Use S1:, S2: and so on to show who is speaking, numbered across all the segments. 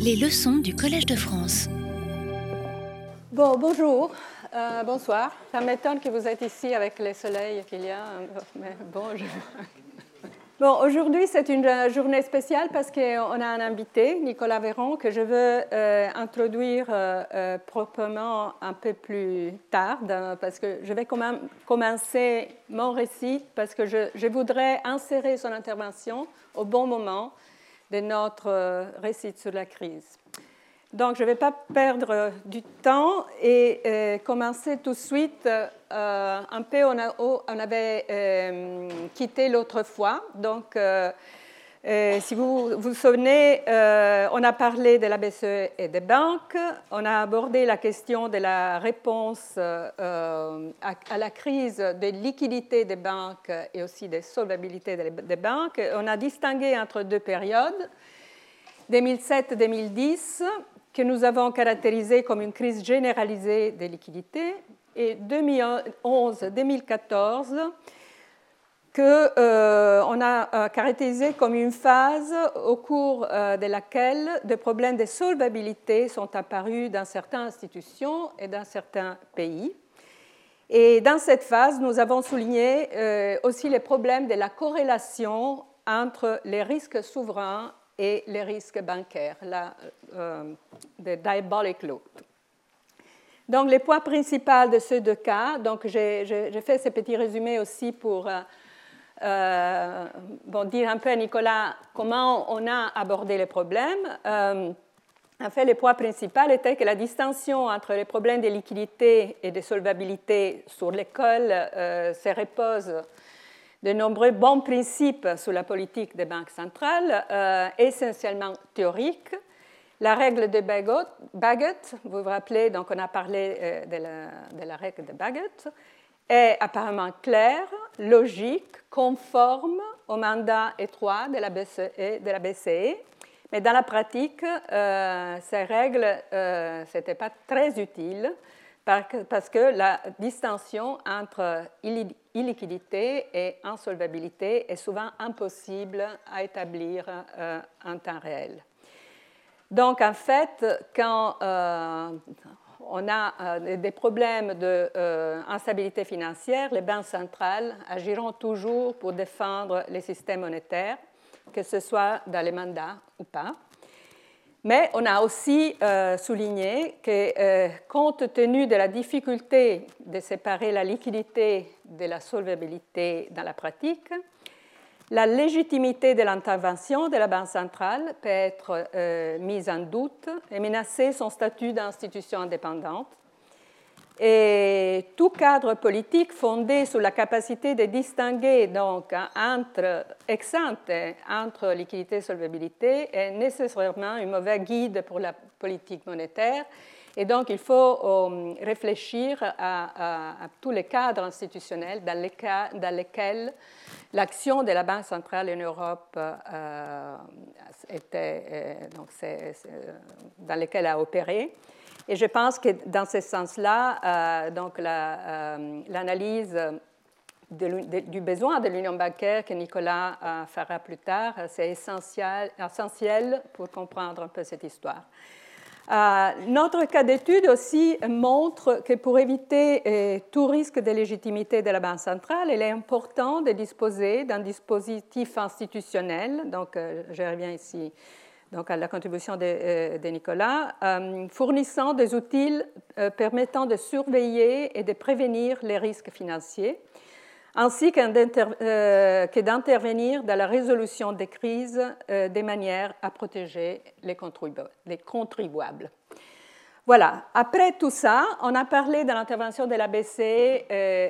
S1: Les leçons du Collège de France.
S2: Bonjour, bonsoir. Ça m'étonne que vous êtes ici avec les soleils qu'il y a, mais bonjour. Bon, aujourd'hui, c'est une journée spéciale parce qu'on a un invité, Nicolas Véron, que je veux introduire proprement un peu plus tard, parce que je vais quand même commencer mon récit, parce que je voudrais insérer son intervention au bon moment de notre récit sur la crise. Donc, je ne vais pas perdre du temps et commencer tout de suite un peu on avait quitté l'autre fois. Donc, si vous vous souvenez, on a parlé de la BCE et des banques. On a abordé la question de la réponse à la crise de liquidité des banques et aussi des solvabilités des banques. On a distingué entre deux périodes, 2007-2010, que nous avons caractérisé comme une crise généralisée des liquidités, et 2011-2014, qu'on a caractérisé comme une phase au cours de laquelle des problèmes de solvabilité sont apparus dans certaines institutions et dans certains pays. Et dans cette phase, nous avons souligné aussi les problèmes de la corrélation entre les risques souverains et les risques bancaires, the diabolic loop. Donc, les points principaux de ces deux cas, donc j'ai fait ce petit résumé aussi pour dire un peu à Nicolas comment on a abordé les problèmes. En fait, les points principaux étaient que la distinction entre les problèmes de liquidité et de solvabilité sur lesquels se reposent de nombreux bons principes sur la politique des banques centrales, essentiellement théoriques. La règle de Bagot, vous vous rappelez, donc on a parlé de la règle de Bagot, est apparemment claire, logique, conforme au mandat étroit de la BCE, mais dans la pratique, ces règles n'étaient pas très utiles parce que la distinction entre illiquidité et insolvabilité est souvent impossible à établir en temps réel. Donc, en fait, quand on a des problèmes d'instabilité financière, les banques centrales agiront toujours pour défendre les systèmes monétaires, que ce soit dans les mandats ou pas. Mais on a aussi souligné que, compte tenu de la difficulté de séparer la liquidité de la solvabilité dans la pratique, la légitimité de l'intervention de la Banque centrale peut être mise en doute et menacer son statut d'institution indépendante. Et tout cadre politique fondé sur la capacité de distinguer donc ex ante entre liquidité et solvabilité est nécessairement un mauvais guide pour la politique monétaire. Et donc, il faut réfléchir à tous les cadres institutionnels dans lesquels l'action de la Banque centrale en Europe dans lesquels elle a opéré. Et je pense que dans ce sens-là, l'analyse du besoin de l'union bancaire que Nicolas fera plus tard, c'est essentiel pour comprendre un peu cette histoire. Notre cas d'étude aussi montre que pour éviter tout risque de légitimité de la Banque centrale, il est important de disposer d'un dispositif institutionnel, donc je reviens ici donc à la contribution de Nicolas, fournissant des outils permettant de surveiller et de prévenir les risques financiers, ainsi que d'intervenir dans la résolution des crises de manière à protéger les contribuables. Voilà. Après tout ça, on a parlé de l'intervention de la BCE,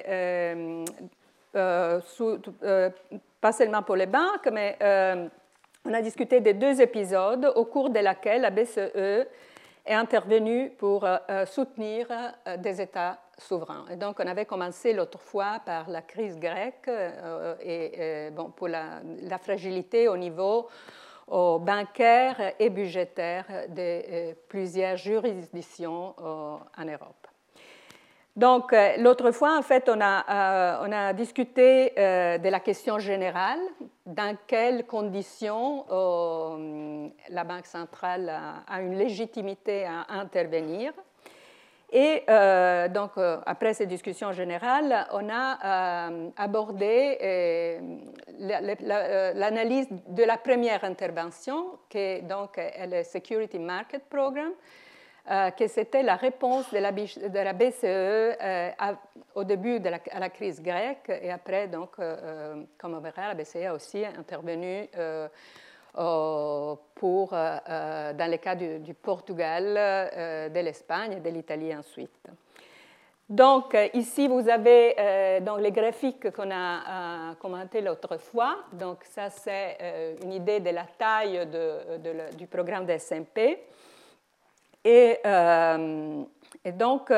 S2: pas seulement pour les banques, mais on a discuté de deux épisodes au cours de lesquels la BCE est intervenue pour soutenir des États souverains. Et donc, on avait commencé l'autre fois par la crise grecque pour la fragilité au niveau bancaire et budgétaire de plusieurs juridictions en Europe. Donc, l'autre fois, en fait, on a discuté de la question générale, dans quelles conditions la Banque centrale a une légitimité à intervenir. Et donc, après ces discussions générales, on a abordé l'analyse de la première intervention, qui est donc le Security Market Program, que c'était la réponse de la BCE au début de la crise grecque, et après, donc, comme on verra, la BCE a aussi intervenu dans le cas du Portugal, de l'Espagne et de l'Italie ensuite. Donc, ici, vous avez donc les graphiques qu'on a commentés l'autre fois. Donc, ça, c'est une idée de la taille du programme de SMP. Et donc,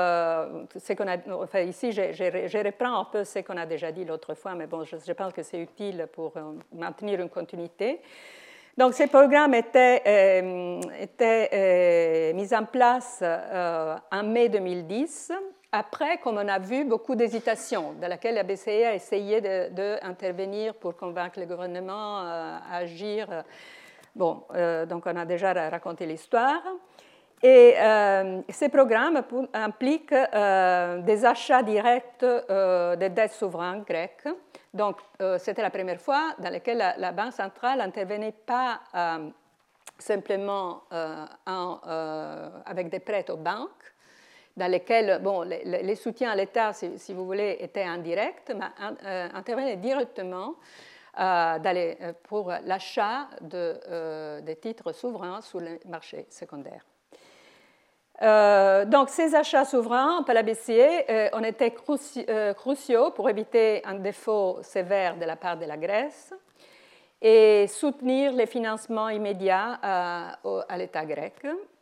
S2: ici, je reprends un peu ce qu'on a déjà dit l'autre fois, mais bon, je pense que c'est utile pour maintenir une continuité. Donc, ce programme était mis en place en mai 2010, après, comme on a vu, beaucoup d'hésitations, dans laquelle la BCE a essayé d'intervenir pour convaincre le gouvernement à agir. Bon, donc on a déjà raconté l'histoire. Et ces programmes impliquent des achats directs de dettes souveraines grecques. Donc, c'était la première fois dans laquelle la Banque centrale n'intervenait pas simplement avec des prêts aux banques, dans lesquels bon, les soutiens à l'État, si vous voulez, étaient indirects, mais intervenait directement pour l'achat des titres souverains sur le marché secondaire. Donc, ces achats souverains par la BCE ont été cruciaux pour éviter un défaut sévère de la part de la Grèce et soutenir les financements immédiats à l'État grec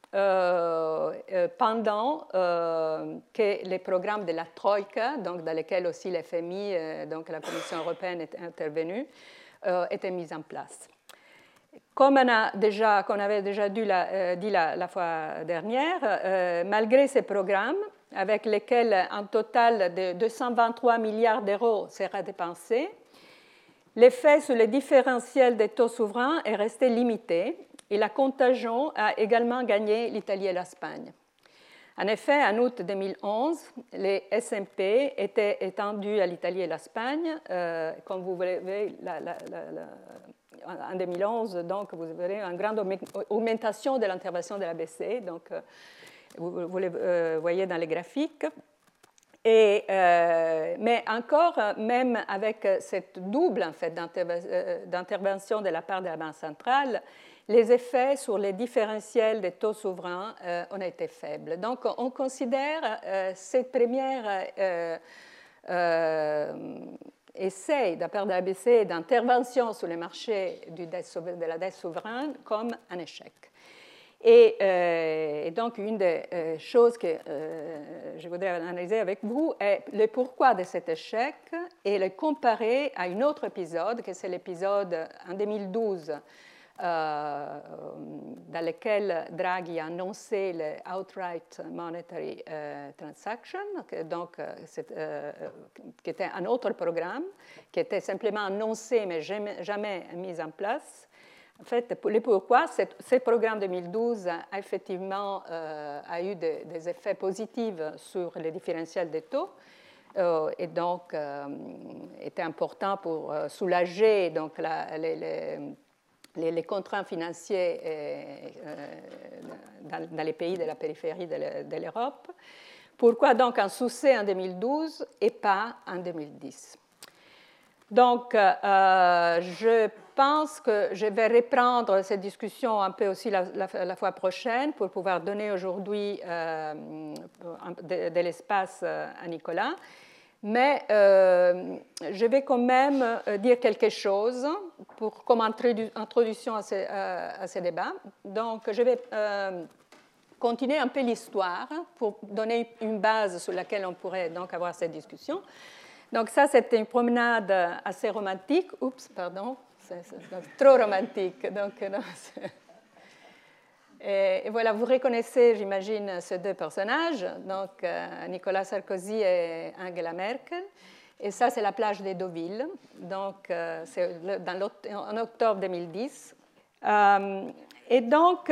S2: pendant que les programmes de la Troïka, donc dans lesquels aussi l'FMI, donc la Commission européenne est intervenue, étaient mis en place. Comme on avait déjà dit la fois dernière, malgré ces programmes, avec lesquels un total de 223 milliards d'euros sera dépensé, l'effet sur le différentiel des taux souverains est resté limité et la contagion a également gagné l'Italie et l'Espagne. En effet, en août 2011, les SMP étaient étendus à l'Italie et l'Espagne. Comme vous voyez, en 2011, donc, vous verrez une grande augmentation de l'intervention de la BCE, donc, vous le voyez dans les graphiques. Mais encore, même avec cette double en fait, d'intervention de la part de la Banque centrale, les effets sur les différentiels des taux souverains ont été faibles. Donc, on considère cette première essai de la part de la BCE d'intervention sur les marchés de la dette souveraine comme un échec. Et donc, une des choses que je voudrais analyser avec vous est le pourquoi de cet échec et le comparer à un autre épisode, que c'est l'épisode en 2012, dans lequel Draghi a annoncé le Outright Monetary Transaction, donc, qui était un autre programme, qui était simplement annoncé mais jamais mis en place. En fait, le pourquoi, ce programme 2012 a effectivement eu des effets positifs sur les différentiels des taux et donc était important pour soulager donc, les contraintes financières dans les pays de la périphérie de l'Europe. Pourquoi donc un succès en 2012 et pas en 2010? Donc, je pense que je vais reprendre cette discussion un peu aussi la fois prochaine pour pouvoir donner aujourd'hui de l'espace à Nicolas. Mais je vais quand même dire quelque chose comme introduction à ce débat. Donc, je vais continuer un peu l'histoire pour donner une base sur laquelle on pourrait donc avoir cette discussion. Donc ça, c'était une promenade assez romantique. Oups, pardon, c'est trop romantique. Donc, non, Et voilà, vous reconnaissez, j'imagine, ces deux personnages, donc Nicolas Sarkozy et Angela Merkel. Et ça, c'est la plage de Deauville, donc c'est en octobre 2010. Et donc,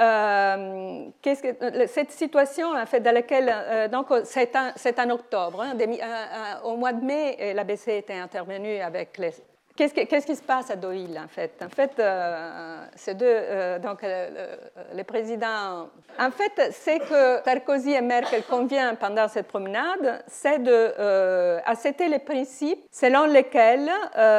S2: cette situation, en fait, dans laquelle, donc, c'est en octobre, hein, au mois de mai, la BCE était intervenue avec les... Qu'est-ce qui se passe à Deauville, en fait? En fait, ces deux, donc, les présidents... En fait, c'est que Sarkozy et Merkel conviennent pendant cette promenade, c'est d'accepter les principes selon lesquels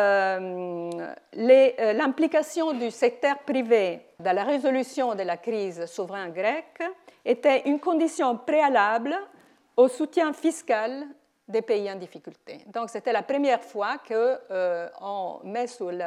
S2: l'implication du secteur privé dans la résolution de la crise souveraine grecque était une condition préalable au soutien fiscal des pays en difficulté. Donc, c'était la première fois qu'on met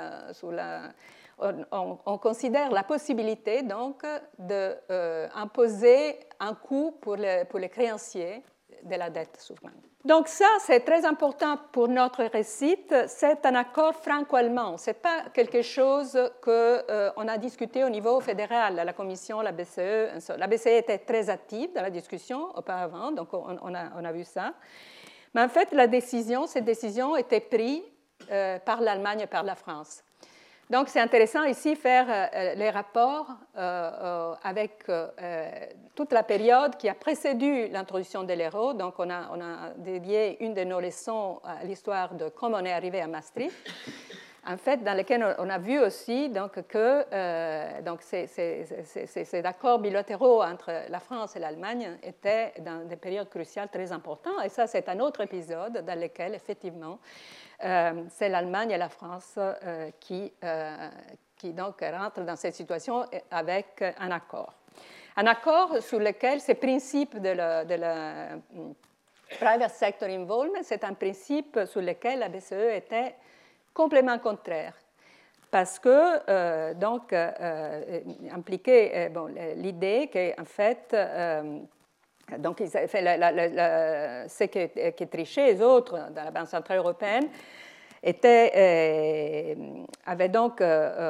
S2: on considère la possibilité donc d'imposer un coût pour les créanciers de la dette souveraine. Donc ça, c'est très important pour notre récit. C'est un accord franco-allemand. Ce n'est pas quelque chose qu'on a discuté au niveau fédéral, la Commission, la BCE. La BCE était très active dans la discussion auparavant, donc on a vu ça. Mais en fait, cette décision était prise par l'Allemagne et par la France. Donc, c'est intéressant ici faire les rapports avec toute la période qui a précédé l'introduction de l'euro. Donc, on a dédié une de nos leçons à l'histoire de comment on est arrivé à Maastricht, en fait, dans lequel on a vu aussi donc, que ces accords bilatéraux entre la France et l'Allemagne étaient dans des périodes cruciales très importantes. Et ça, c'est un autre épisode dans lequel, effectivement, c'est l'Allemagne et la France qui donc rentrent dans cette situation avec un accord. Un accord sur lequel ces principes de la private sector involvement, c'est un principe sur lequel la BCE était complètement contraire, parce que impliquait l'idée qu'en fait, donc ce que Trichet et les autres dans la Banque centrale européenne avaient donc,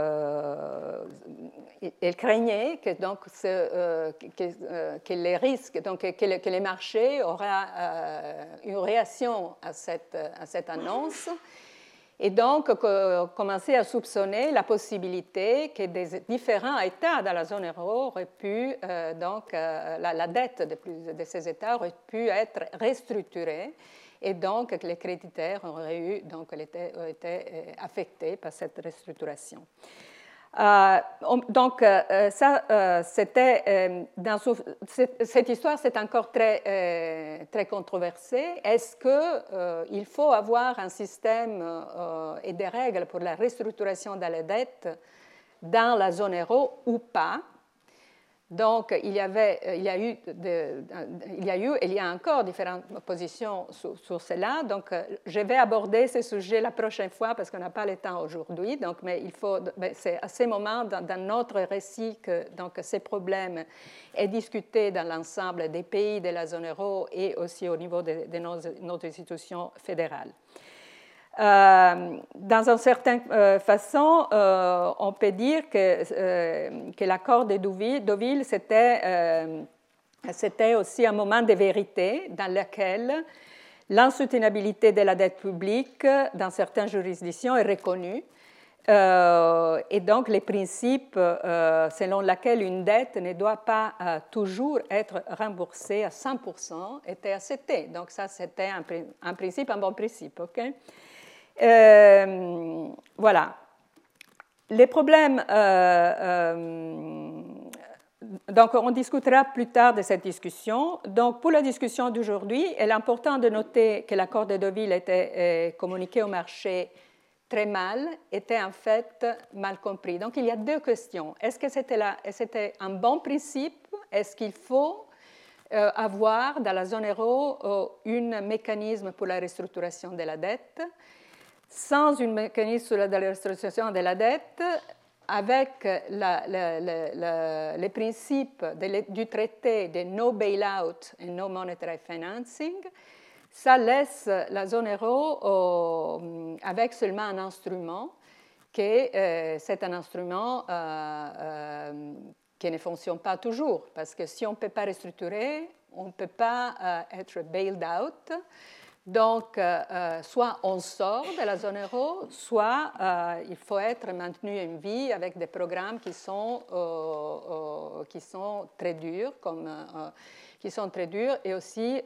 S2: ils craignaient que, donc, que les risques, donc que les marchés auraient une réaction à cette annonce. Et donc, commencer à soupçonner la possibilité que des différents États dans la zone euro auraient pu, la dette de ces États aurait pu être restructurée, et donc que les créditeurs auraient été affectés par cette restructuration. Cette histoire, c'est encore très controversée. Est-ce qu'il faut avoir un système et des règles pour la restructuration de la dette dans la zone euro ou pas? Donc, il y a eu et il y a encore différentes positions sur cela. Donc, je vais aborder ce sujet la prochaine fois parce qu'on n'a pas le temps aujourd'hui. Donc, mais c'est à ce moment dans notre récit que donc, ces problèmes est discuté dans l'ensemble des pays de la zone euro et aussi au niveau de nos institutions fédérales. Dans une certaine façon, on peut dire que l'accord de Deauville, c'était aussi un moment de vérité dans lequel l'insoutenabilité de la dette publique dans certaines juridictions est reconnue. Et donc, les principes selon lesquels une dette ne doit pas toujours être remboursée à 100% étaient acceptés. Donc, ça, c'était un principe, un bon principe. Okay? Voilà. Les problèmes, donc on discutera plus tard de cette discussion. Donc pour la discussion d'aujourd'hui, il est important de noter que l'accord de Deauville était communiqué au marché très mal, était en fait mal compris. Donc il y a deux questions. Est-ce que c'était un bon principe? Est-ce qu'il faut avoir dans la zone euro un mécanisme pour la restructuration de la dette? Sans un mécanisme de la restructuration de la dette, avec les principes du traité de no bailout et no monetary financing, ça laisse la zone euro avec seulement un instrument, c'est un instrument qui ne fonctionne pas toujours, parce que si on ne peut pas restructurer, on ne peut pas être bailed out. Donc, soit on sort de la zone euro, soit il faut être maintenu en vie avec des programmes qui sont très durs, et aussi,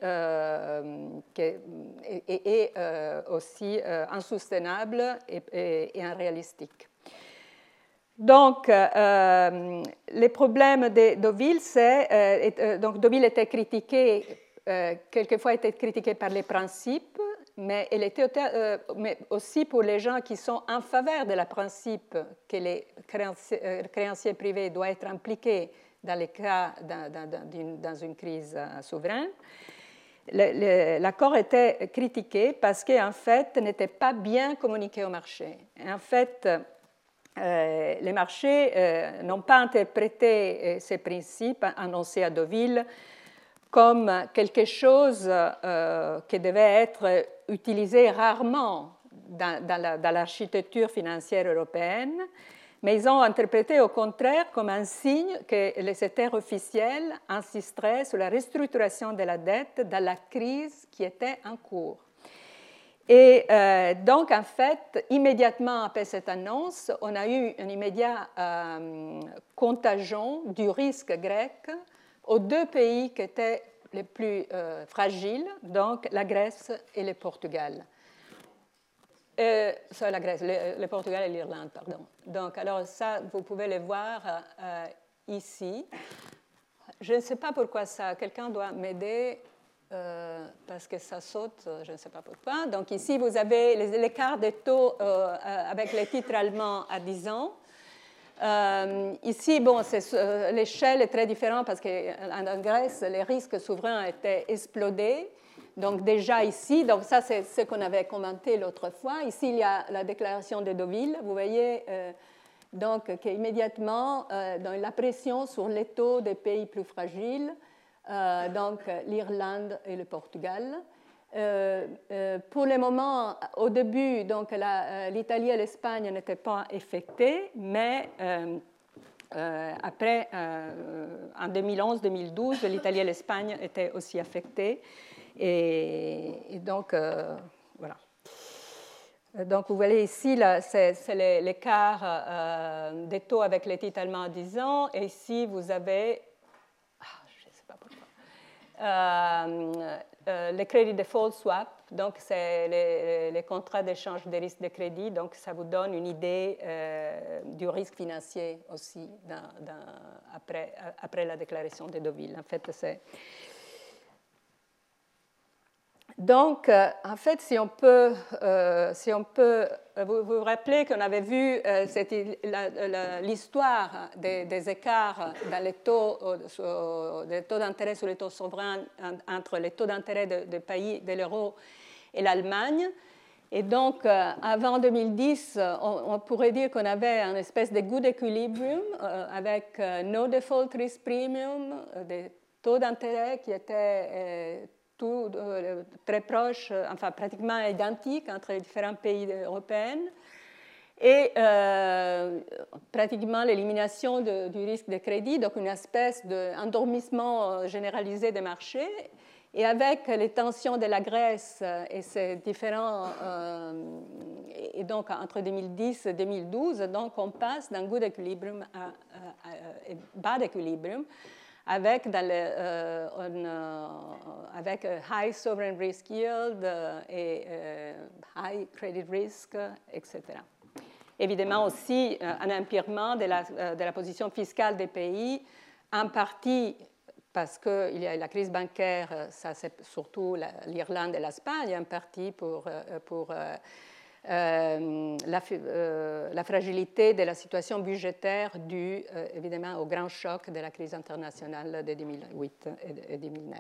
S2: aussi insoutenables et irréalistiques. Donc, les problèmes de Deauville, donc Deauville était critiqué, quelquefois était critiqué par les principes, mais elle était mais aussi pour les gens qui sont en faveur de la principe que les créanciers privés doivent être impliqués dans les cas dans une crise souveraine. L'accord était critiqué parce qu'en fait, n'était pas bien communiqué au marché. En fait, les marchés n'ont pas interprété ces principes annoncés à Deauville comme quelque chose qui devait être utilisé rarement dans l'architecture financière européenne, mais ils ont interprété au contraire comme un signe que les États officiels insisteraient sur la restructuration de la dette dans la crise qui était en cours. Et donc, en fait, immédiatement après cette annonce, on a eu un immédiat contagion du risque grec aux deux pays qui étaient les plus fragiles, donc la Grèce et le Portugal. La Grèce, le Portugal et l'Irlande, pardon. Donc, alors ça, vous pouvez le voir ici. Je ne sais pas pourquoi ça, quelqu'un doit m'aider. Parce que ça saute, je ne sais pas pourquoi. Donc ici, vous avez l'écart des taux avec les titres allemands à 10 ans. Ici, bon, l'échelle est très différente parce qu'en Grèce, les risques souverains étaient explodés. Donc déjà ici, donc ça c'est ce qu'on avait commenté l'autre fois. Ici, il y a la déclaration de Deauville. Vous voyez donc qu'immédiatement, dans la pression sur les taux des pays plus fragiles, donc l'Irlande et le Portugal. Pour le moment, au début, donc l'Italie et l'Espagne n'étaient pas affectées, mais après, en 2011-2012, l'Italie et l'Espagne étaient aussi affectées. Et donc, voilà. Donc, vous voyez ici, c'est l'écart des taux avec les titres allemands à 10 ans. Et ici, vous avez les crédits default swap, donc c'est les contrats d'échange des risques de crédit, donc ça vous donne une idée du risque financier aussi après la déclaration de Deauville. En fait, donc, en fait, si on peut vous vous rappelez qu'on avait vu l'histoire des écarts dans les taux d'intérêt sur les taux souverains entre les taux d'intérêt des pays de l'euro et l'Allemagne. Et donc, avant 2010, on pourrait dire qu'on avait une espèce de good equilibrium avec no default risk premium, des taux d'intérêt qui étaient très proches, enfin pratiquement identiques entre les différents pays européens, et pratiquement l'élimination du risque de crédit, donc une espèce d'endormissement généralisé des marchés. Et avec les tensions de la Grèce et ces différents, et donc entre 2010 et 2012, donc on passe d'un good equilibrium à bad equilibrium, avec high sovereign risk yield et high credit risk, etc. Évidemment aussi un empirement de la position fiscale des pays, en partie parce qu'il y a la crise bancaire, ça c'est surtout l'Irlande et l'Espagne, en partie pour la fragilité de la situation budgétaire due évidemment au grand choc de la crise internationale de 2008 et 2009.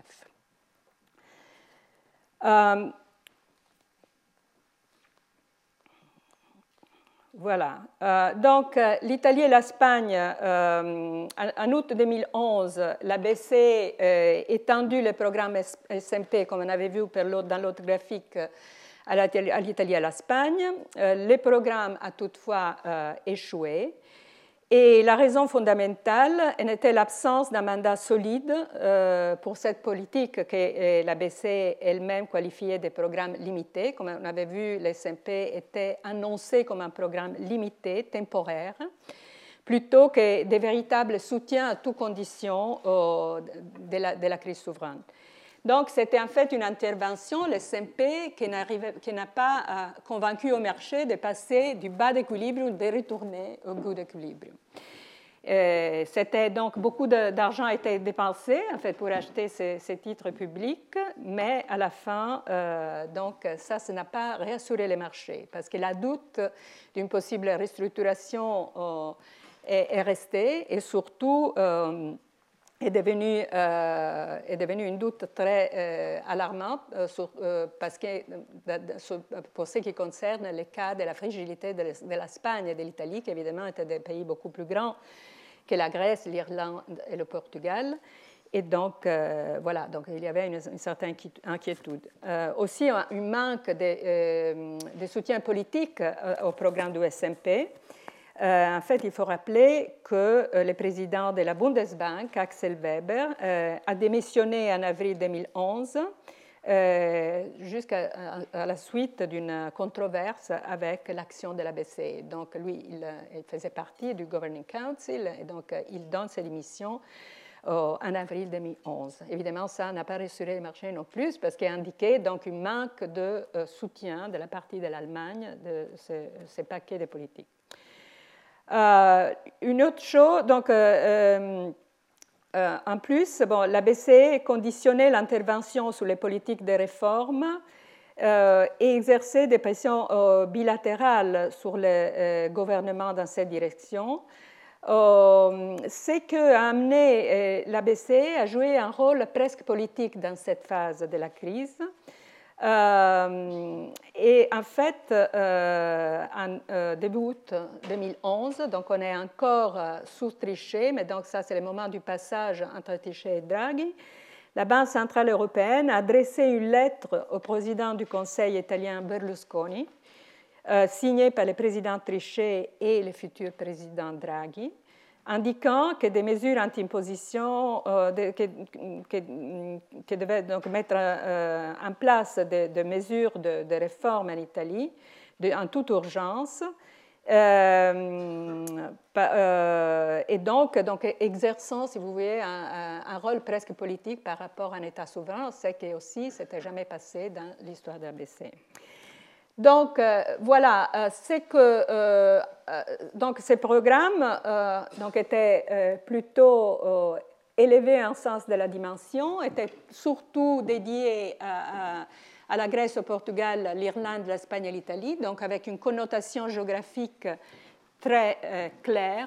S2: Voilà. Donc, l'Italie et l'Espagne, en août 2011, la BCE étendu le programme SMP, comme on avait vu dans l'autre graphique, à l'Italie et à l'Espagne. Le programme a toutefois échoué. Et la raison fondamentale en était l'absence d'un mandat solide pour cette politique que la BCE elle-même qualifiait de programme limité. Comme on avait vu, le SMP était annoncé comme un programme limité, temporaire, plutôt que des véritables soutiens à toutes conditions de la crise souveraine. Donc, c'était en fait une intervention, le SMP, qui n'a pas convaincu au marché de passer du bas d'équilibre ou de retourner au goût d'équilibre. C'était donc beaucoup d'argent a été dépensé en fait pour acheter ces titres publics, mais à la fin, donc ça n'a pas réassuré les marchés parce que la doute d'une possible restructuration est restée et surtout est devenue une doute très alarmante parce que pour ce qui concerne le cas de la fragilité de l'Espagne et de l'Italie, qui évidemment étaient des pays beaucoup plus grands que la Grèce, l'Irlande et le Portugal. Et donc, voilà, donc il y avait une certaine inquiétude. Aussi, un manque de soutien politique au programme du SMP. En fait, il faut rappeler que le président de la Bundesbank, Axel Weber, a démissionné en avril 2011 jusqu'à la suite d'une controverse avec l'action de la BCE. Donc, lui, il faisait partie du Governing Council et donc il donne ses démissions en avril 2011. Évidemment, ça n'a pas rassuré les marchés non plus parce qu'il indiquait donc un manque de soutien de la partie de l'Allemagne de ces paquets de politique. Une autre chose, donc, en plus, la BCE conditionnait l'intervention sur les politiques de réforme et exerçait des pressions bilatérales sur le gouvernement dans cette direction, ce qui a amené la BCE à jouer un rôle presque politique dans cette phase de la crise. Et en fait, en début août 2011, donc on est encore sous Trichet, mais donc ça c'est le moment du passage entre Trichet et Draghi. La Banque centrale européenne a adressé une lettre au président du Conseil italien Berlusconi, signée par le président Trichet et le futur président Draghi, indiquant que des mesures anti-imposition qui devaient donc mettre en place des mesures de réforme en Italie en toute urgence et donc exerçant, si vous voulez, un rôle presque politique par rapport à un État souverain, ce qui aussi s'était jamais passé dans l'histoire de la BCE. Donc, voilà, c'est que donc, ces programmes étaient plutôt élevés en sens de la dimension, étaient surtout dédiés à la Grèce, au Portugal, l'Irlande, l'Espagne et l'Italie, donc avec une connotation géographique très claire.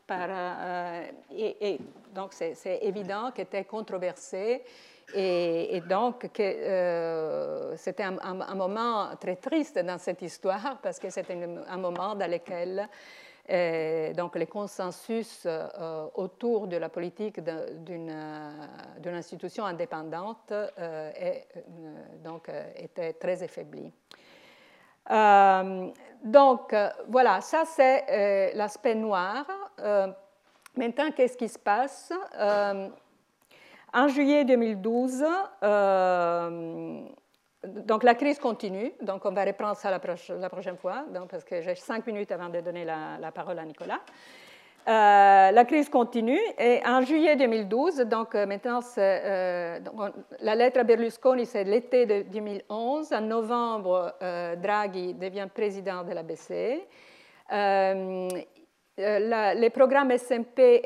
S2: Et donc, c'est évident qu'elle était controversée. Et donc, c'était un moment très triste dans cette histoire parce que c'était un moment dans lequel donc, le consensus autour de la politique d'une institution indépendante était très affaibli. Donc, voilà, ça c'est l'aspect noir. Maintenant, qu'est-ce qui se passe ? En juillet 2012, donc la crise continue, donc on va reprendre ça la prochaine fois, donc parce que j'ai 5 minutes avant de donner la parole à Nicolas. La crise continue et en juillet 2012, donc maintenant la lettre à Berlusconi c'est l'été de 2011, en novembre Draghi devient président de la BCE. Les programmes SMP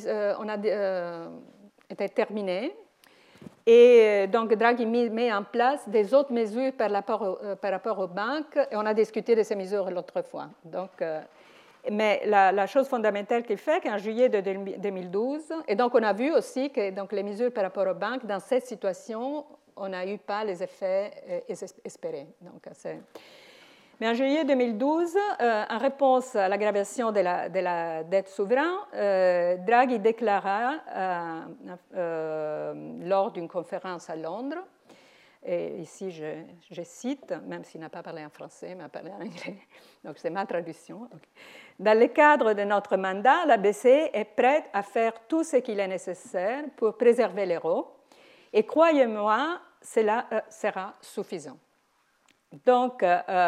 S2: était terminé. Et donc, Draghi met en place des autres mesures par rapport aux banques, et on a discuté de ces mesures l'autre fois. Donc, mais la chose fondamentale qu'il fait, qu'en juillet de 2012, et donc on a vu aussi que donc, les mesures par rapport aux banques, dans cette situation, on n'a eu pas les effets espérés. Donc, mais en juillet 2012, en réponse à l'aggravation de la dette souveraine, Draghi déclara lors d'une conférence à Londres Et ici, je cite, même s'il n'a pas parlé en français, mais a parlé en anglais. Donc, c'est ma traduction. Okay. Dans le cadre de notre mandat, la BCE est prête à faire tout ce qu'il est nécessaire pour préserver l'euro. Et croyez-moi, cela sera suffisant. Donc,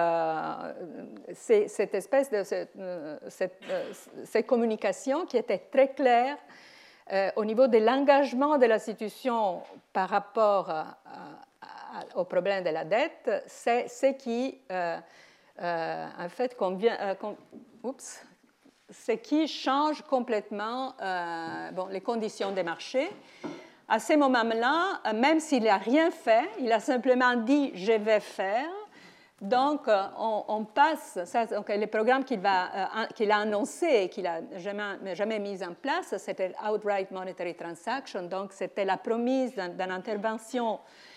S2: c'est cette espèce de cette communication qui était très claire au niveau de l'engagement de l'institution par rapport au problème de la dette, c'est ce qui, en fait, ce qui change complètement les conditions des marchés. À ce moment-là, même s'il n'a rien fait, il a simplement dit « je vais faire ». Donc, on passe, donc, le programme qu'il a annoncé et qu'il n'a jamais mis en place, c'était l'Outright Monetary Transaction, donc c'était la promise d'une intervention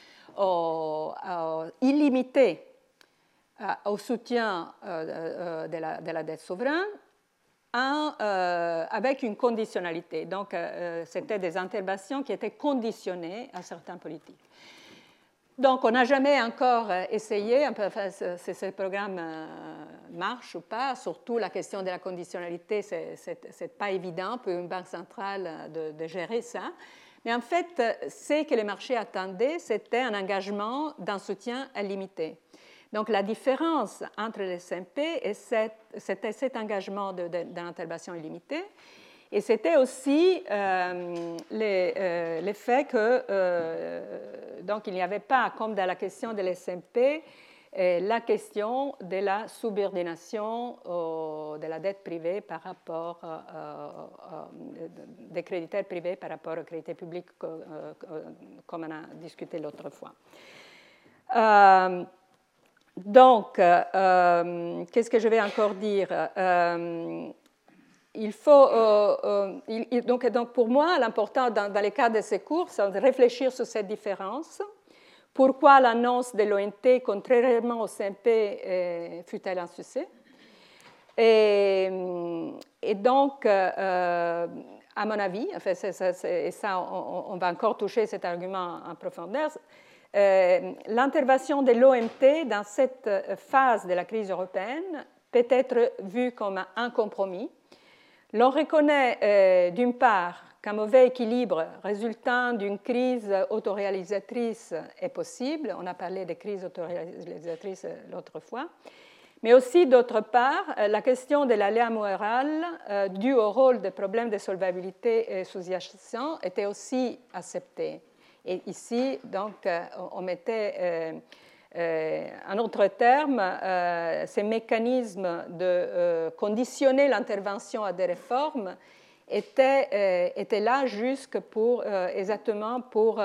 S2: illimitée au soutien de la dette souveraine avec une conditionnalité. Donc, c'était des interventions qui étaient conditionnées à certaines politiques. Donc, on n'a jamais encore essayé, si ce programme marche ou pas, surtout la question de la conditionnalité, ce n'est pas évident pour une banque centrale de gérer ça. Mais en fait, ce que les marchés attendaient, c'était un engagement d'un soutien illimité. Donc, la différence entre le SMP et c'était cet engagement d'intervention illimitée. Et c'était aussi l'effet que donc il n'y avait pas, comme dans la question de l'SMP, la question de la subordination de la dette privée par rapport des créditeurs privés par rapport aux créditeurs publics, comme on a discuté l'autre fois. Donc, qu'est-ce que je vais encore dire? Il faut, donc pour moi, l'important dans les cas de ces cours, c'est de réfléchir sur cette différence. Pourquoi l'annonce de l'ONT, contrairement au CMP, fut-elle un succès? Et donc, à mon avis, enfin, et ça, on va encore toucher cet argument en profondeur, l'intervention de l'OMT dans cette phase de la crise européenne peut être vue comme un compromis. L'on reconnaît d'une part qu'un mauvais équilibre résultant d'une crise autoréalisatrice est possible. On a parlé de crise autoréalisatrice l'autre fois. Mais aussi, d'autre part, la question de l'aléa moral due au rôle des problèmes de solvabilité sous-jacents était aussi acceptée. Et ici, donc, on mettait en autre terme, ces mécanismes de conditionner l'intervention à des réformes étaient là jusque exactement pour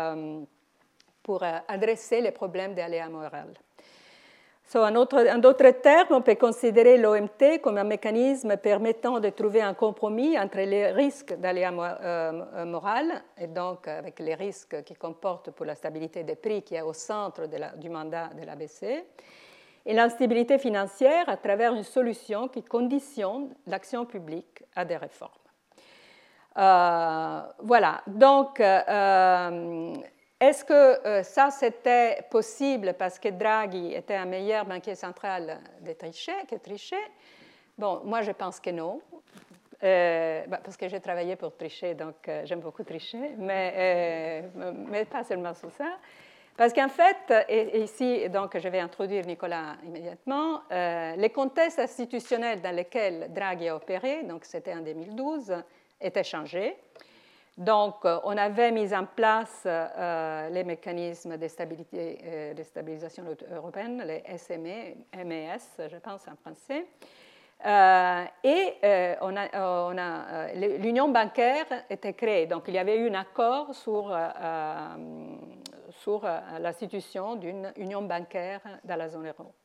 S2: adresser les problèmes d'aléa moral. En d'autres termes, on peut considérer l'OMT comme un mécanisme permettant de trouver un compromis entre les risques d'aléa moral, et donc avec les risques qui comportent pour la stabilité des prix qui est au centre du mandat de la BCE, et l'instabilité financière à travers une solution qui conditionne l'action publique à des réformes. Voilà, donc est-ce que ça c'était possible parce que Draghi était un meilleur banquier central que Trichet? Bon, moi je pense que non, parce que j'ai travaillé pour Trichet, donc j'aime beaucoup Trichet, mais pas seulement sur ça. Parce qu'en fait, et ici donc, je vais introduire Nicolas immédiatement, les contextes institutionnels dans lesquels Draghi a opéré, donc c'était en 2012, étaient changés. Donc, on avait mis en place les mécanismes de stabilisation européenne, les SME, MES, je pense en français. Et l'union bancaire était créée. Donc, il y avait eu un accord sur l'institution d'une union bancaire dans la zone euro.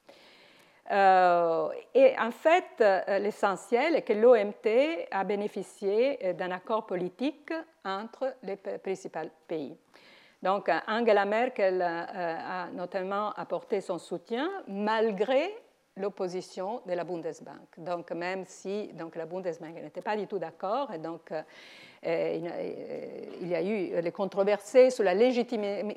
S2: Et en fait, l'essentiel est que l'OMT a bénéficié d'un accord politique entre les principaux pays. Donc, Angela Merkel a notamment apporté son soutien malgré l'opposition de la Bundesbank. Donc, même si la Bundesbank n'était pas du tout d'accord, et donc Il y a eu les controversées sur la légitimité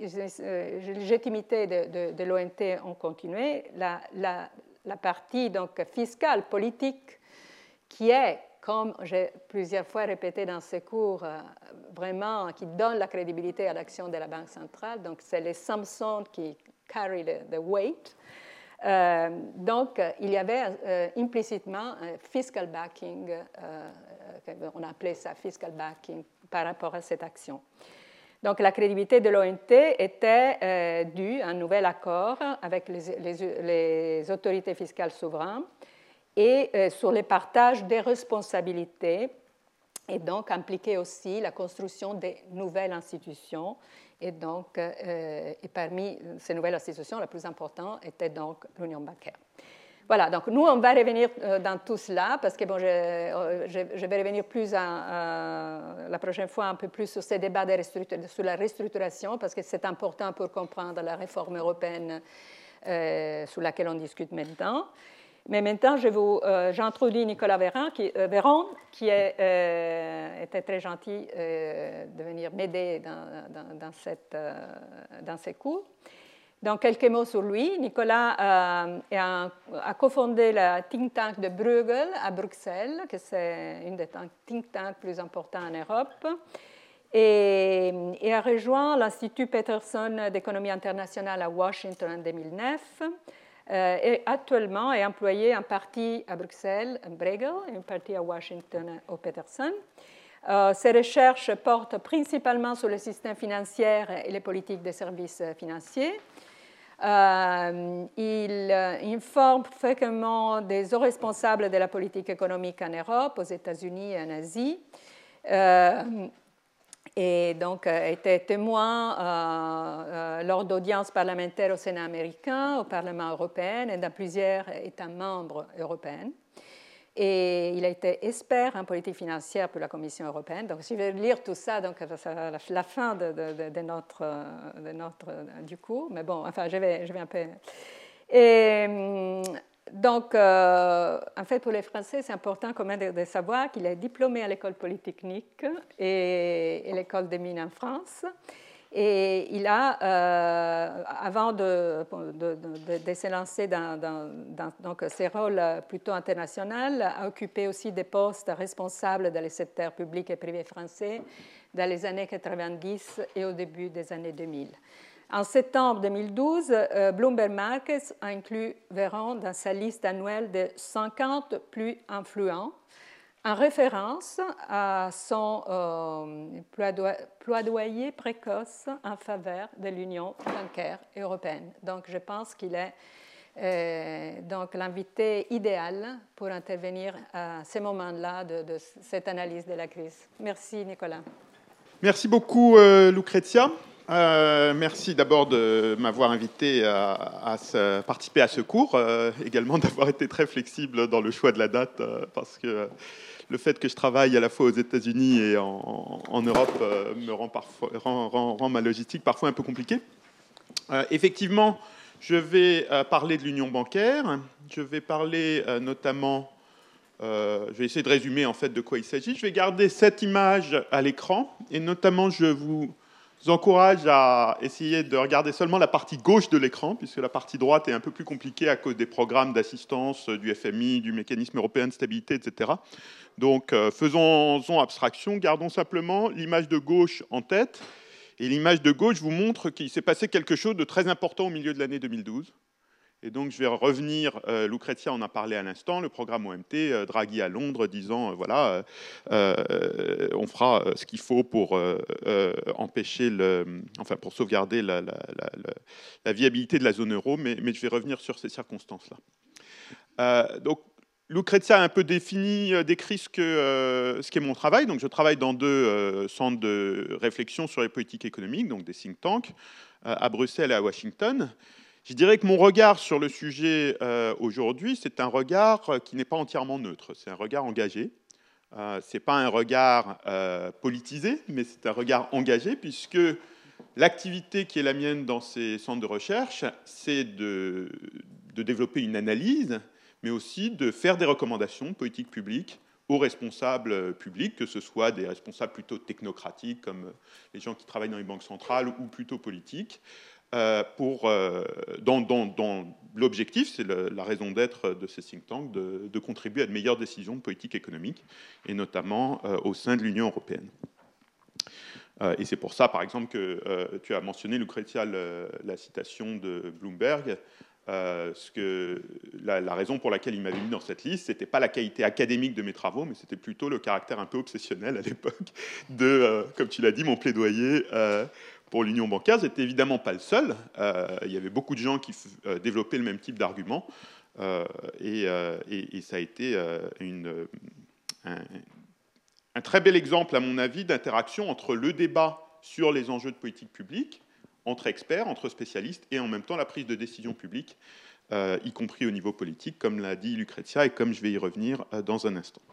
S2: de l'OMT ont continué. La partie donc, fiscale, politique, qui est, comme j'ai plusieurs fois répété dans ces cours, vraiment qui donne la crédibilité à l'action de la Banque centrale. Donc, c'est les Samson qui carry the weight. Donc, il y avait implicitement un fiscal backing, on appelait ça fiscal backing par rapport à cette action. Donc, la crédibilité de l'OMT était due à un nouvel accord avec les autorités fiscales souveraines et sur le partage des responsabilités, et donc impliquait aussi la construction des nouvelles institutions. Et donc, et parmi ces nouvelles institutions, la plus importante était donc l'union bancaire. Voilà, donc nous, on va revenir dans tout cela, parce que bon, je vais revenir plus la prochaine fois un peu plus sur ces débats sur la restructuration, parce que c'est important pour comprendre la réforme européenne sur laquelle on discute maintenant. Mais maintenant, j'introduis Nicolas Véron, qui était très gentil de venir m'aider dans ces cours. Donc, quelques mots sur lui. Nicolas a cofondé la think tank de Bruegel à Bruxelles, que c'est une des think tanks plus importants en Europe, et a rejoint l'Institut Peterson d'économie internationale à Washington en 2009. Et actuellement est employé en partie à Bruxelles, à Bruegel, et en partie à Washington, au Peterson. Ses recherches portent principalement sur le système financier et les politiques des services financiers. Il informe fréquemment des hauts responsables de la politique économique en Europe, aux États-Unis et en Asie. Et donc était témoin lors d'audiences parlementaires au Sénat américain, au Parlement européen et dans plusieurs États membres européens. Et il a été expert en politique financière pour la Commission européenne. Donc, si je vais lire tout ça, donc ça va la fin de notre du cours. Mais bon, enfin, je vais un peu. Et donc, en fait, pour les Français, c'est important quand même de savoir qu'il est diplômé à l'école polytechnique et l'école des mines en France. Et il a, avant de se lancer dans ses rôles plutôt internationaux, a occupé aussi des postes responsables dans les secteurs publics et privés français dans les années 90 et au début des années 2000. En septembre 2012, Bloomberg Markets a inclus Véron dans sa liste annuelle de 50 plus influents, en référence à son plaidoyer précoce en faveur de l'Union bancaire européenne. Donc, je pense qu'il est donc l'invité idéal pour intervenir à ces moments-là de cette analyse de la crise. Merci, Nicolas.
S3: Merci beaucoup, Lucrezia. Merci d'abord de m'avoir invité à participer à ce cours, également d'avoir été très flexible dans le choix de la date, parce que le fait que je travaille à la fois aux États-Unis et en Europe me rend ma logistique parfois un peu compliquée. Effectivement, je vais parler de l'union bancaire. Je vais parler notamment, je vais essayer de résumer en fait de quoi il s'agit. Je vais garder cette image à l'écran et notamment je vous encourage à essayer de regarder seulement la partie gauche de l'écran, puisque la partie droite est un peu plus compliquée à cause des programmes d'assistance du FMI, du mécanisme européen de stabilité, etc. Donc, faisons-en abstraction, gardons simplement l'image de gauche en tête. Et l'image de gauche vous montre qu'il s'est passé quelque chose de très important au milieu de l'année 2012. Et donc, je vais revenir, Lucrezia en a parlé à l'instant, le programme OMT, Draghi à Londres, disant, voilà, on fera ce qu'il faut pour empêcher, pour sauvegarder la viabilité de la zone euro, mais je vais revenir sur ces circonstances-là. Donc, Lucrezia a un peu décrit ce qu'est mon travail. Donc, je travaille dans deux centres de réflexion sur les politiques économiques, donc des think tanks, à Bruxelles et à Washington. Je dirais que mon regard sur le sujet aujourd'hui, c'est un regard qui n'est pas entièrement neutre. C'est un regard engagé. Ce n'est pas un regard politisé, mais c'est un regard engagé, puisque l'activité qui est la mienne dans ces centres de recherche, c'est de développer une analyse, mais aussi de faire des recommandations politiques publiques aux responsables publics, que ce soit des responsables plutôt technocratiques, comme les gens qui travaillent dans les banques centrales, ou plutôt politiques, dans l'objectif, c'est la raison d'être de ces think tanks, de contribuer à de meilleures décisions de politique économique, et notamment au sein de l'Union européenne. Et c'est pour ça, par exemple, que tu as mentionné, Lucrezia, la citation de Bloomberg. La raison pour laquelle il m'avait mis dans cette liste, c'était pas la qualité académique de mes travaux, mais c'était plutôt le caractère un peu obsessionnel à l'époque de, comme tu l'as dit, mon plaidoyer pour l'union bancaire. J'étais évidemment pas le seul. Il y avait beaucoup de gens qui développaient le même type d'argument, et ça a été un très bel exemple, à mon avis, d'interaction entre le débat sur les enjeux de politique publique, entre experts, entre spécialistes, et en même temps la prise de décision publique, y compris au niveau politique, comme l'a dit Lucrezia, et comme je vais y revenir dans un instant.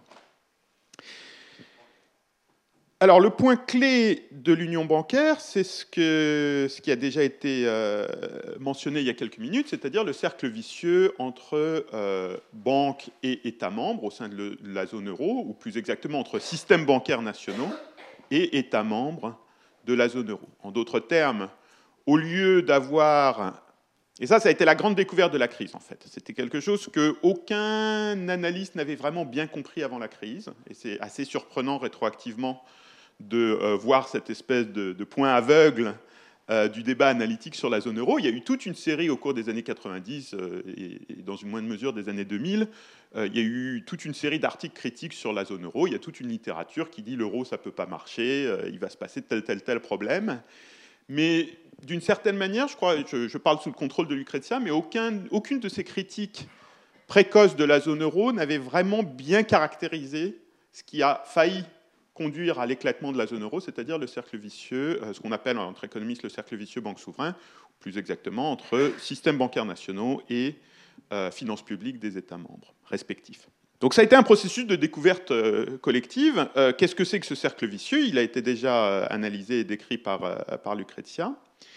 S3: Alors, le point clé de l'union bancaire, c'est ce qui a déjà été mentionné il y a quelques minutes, c'est-à-dire le cercle vicieux entre banques et États membres au sein de la zone euro, ou plus exactement entre systèmes bancaires nationaux et États membres de la zone euro. En d'autres termes, au lieu d'avoir... Et ça a été la grande découverte de la crise, en fait. C'était quelque chose qu'aucun analyste n'avait vraiment bien compris avant la crise, et c'est assez surprenant rétroactivement de voir cette espèce de point aveugle du débat analytique sur la zone euro. Il y a eu toute une série au cours des années 90 et dans une moindre mesure des années 2000. Il y a eu toute une série d'articles critiques sur la zone euro. Il y a toute une littérature qui dit l'euro, ça ne peut pas marcher, il va se passer tel problème. Mais d'une certaine manière, je crois, je parle sous le contrôle de Lucrezia, mais aucune de ces critiques précoces de la zone euro n'avait vraiment bien caractérisé ce qui a failli conduire à l'éclatement de la zone euro, c'est-à-dire le cercle vicieux, ce qu'on appelle entre économistes le cercle vicieux banque souverain, plus exactement entre systèmes bancaires nationaux et finances publiques des États membres respectifs. Donc ça a été un processus de découverte collective. Qu'est-ce que c'est que ce cercle vicieux? Il a été déjà analysé et décrit par Lucrezia.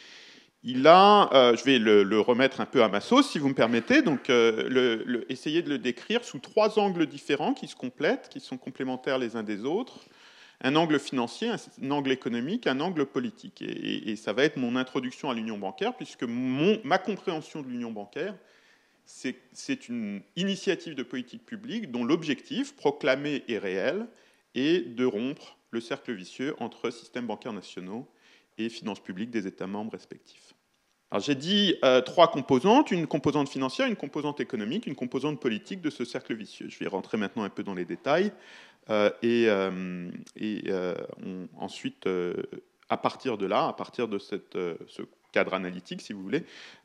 S3: Je vais le remettre un peu à ma sauce, si vous me permettez, donc essayer de le décrire sous 3 angles différents qui se complètent, qui sont complémentaires les uns des autres. Un angle financier, un angle économique, un angle politique. Et ça va être mon introduction à l'union bancaire, puisque ma compréhension de l'union bancaire, c'est une initiative de politique publique dont l'objectif, proclamé et réel, est de rompre le cercle vicieux entre systèmes bancaires nationaux et finances publiques des États membres respectifs. Alors j'ai dit 3 composantes, une composante financière, une composante économique, une composante politique de ce cercle vicieux. Je vais rentrer maintenant un peu dans les détails. Ensuite, à partir de là, à partir de ce cadre analytique, si vous voulez,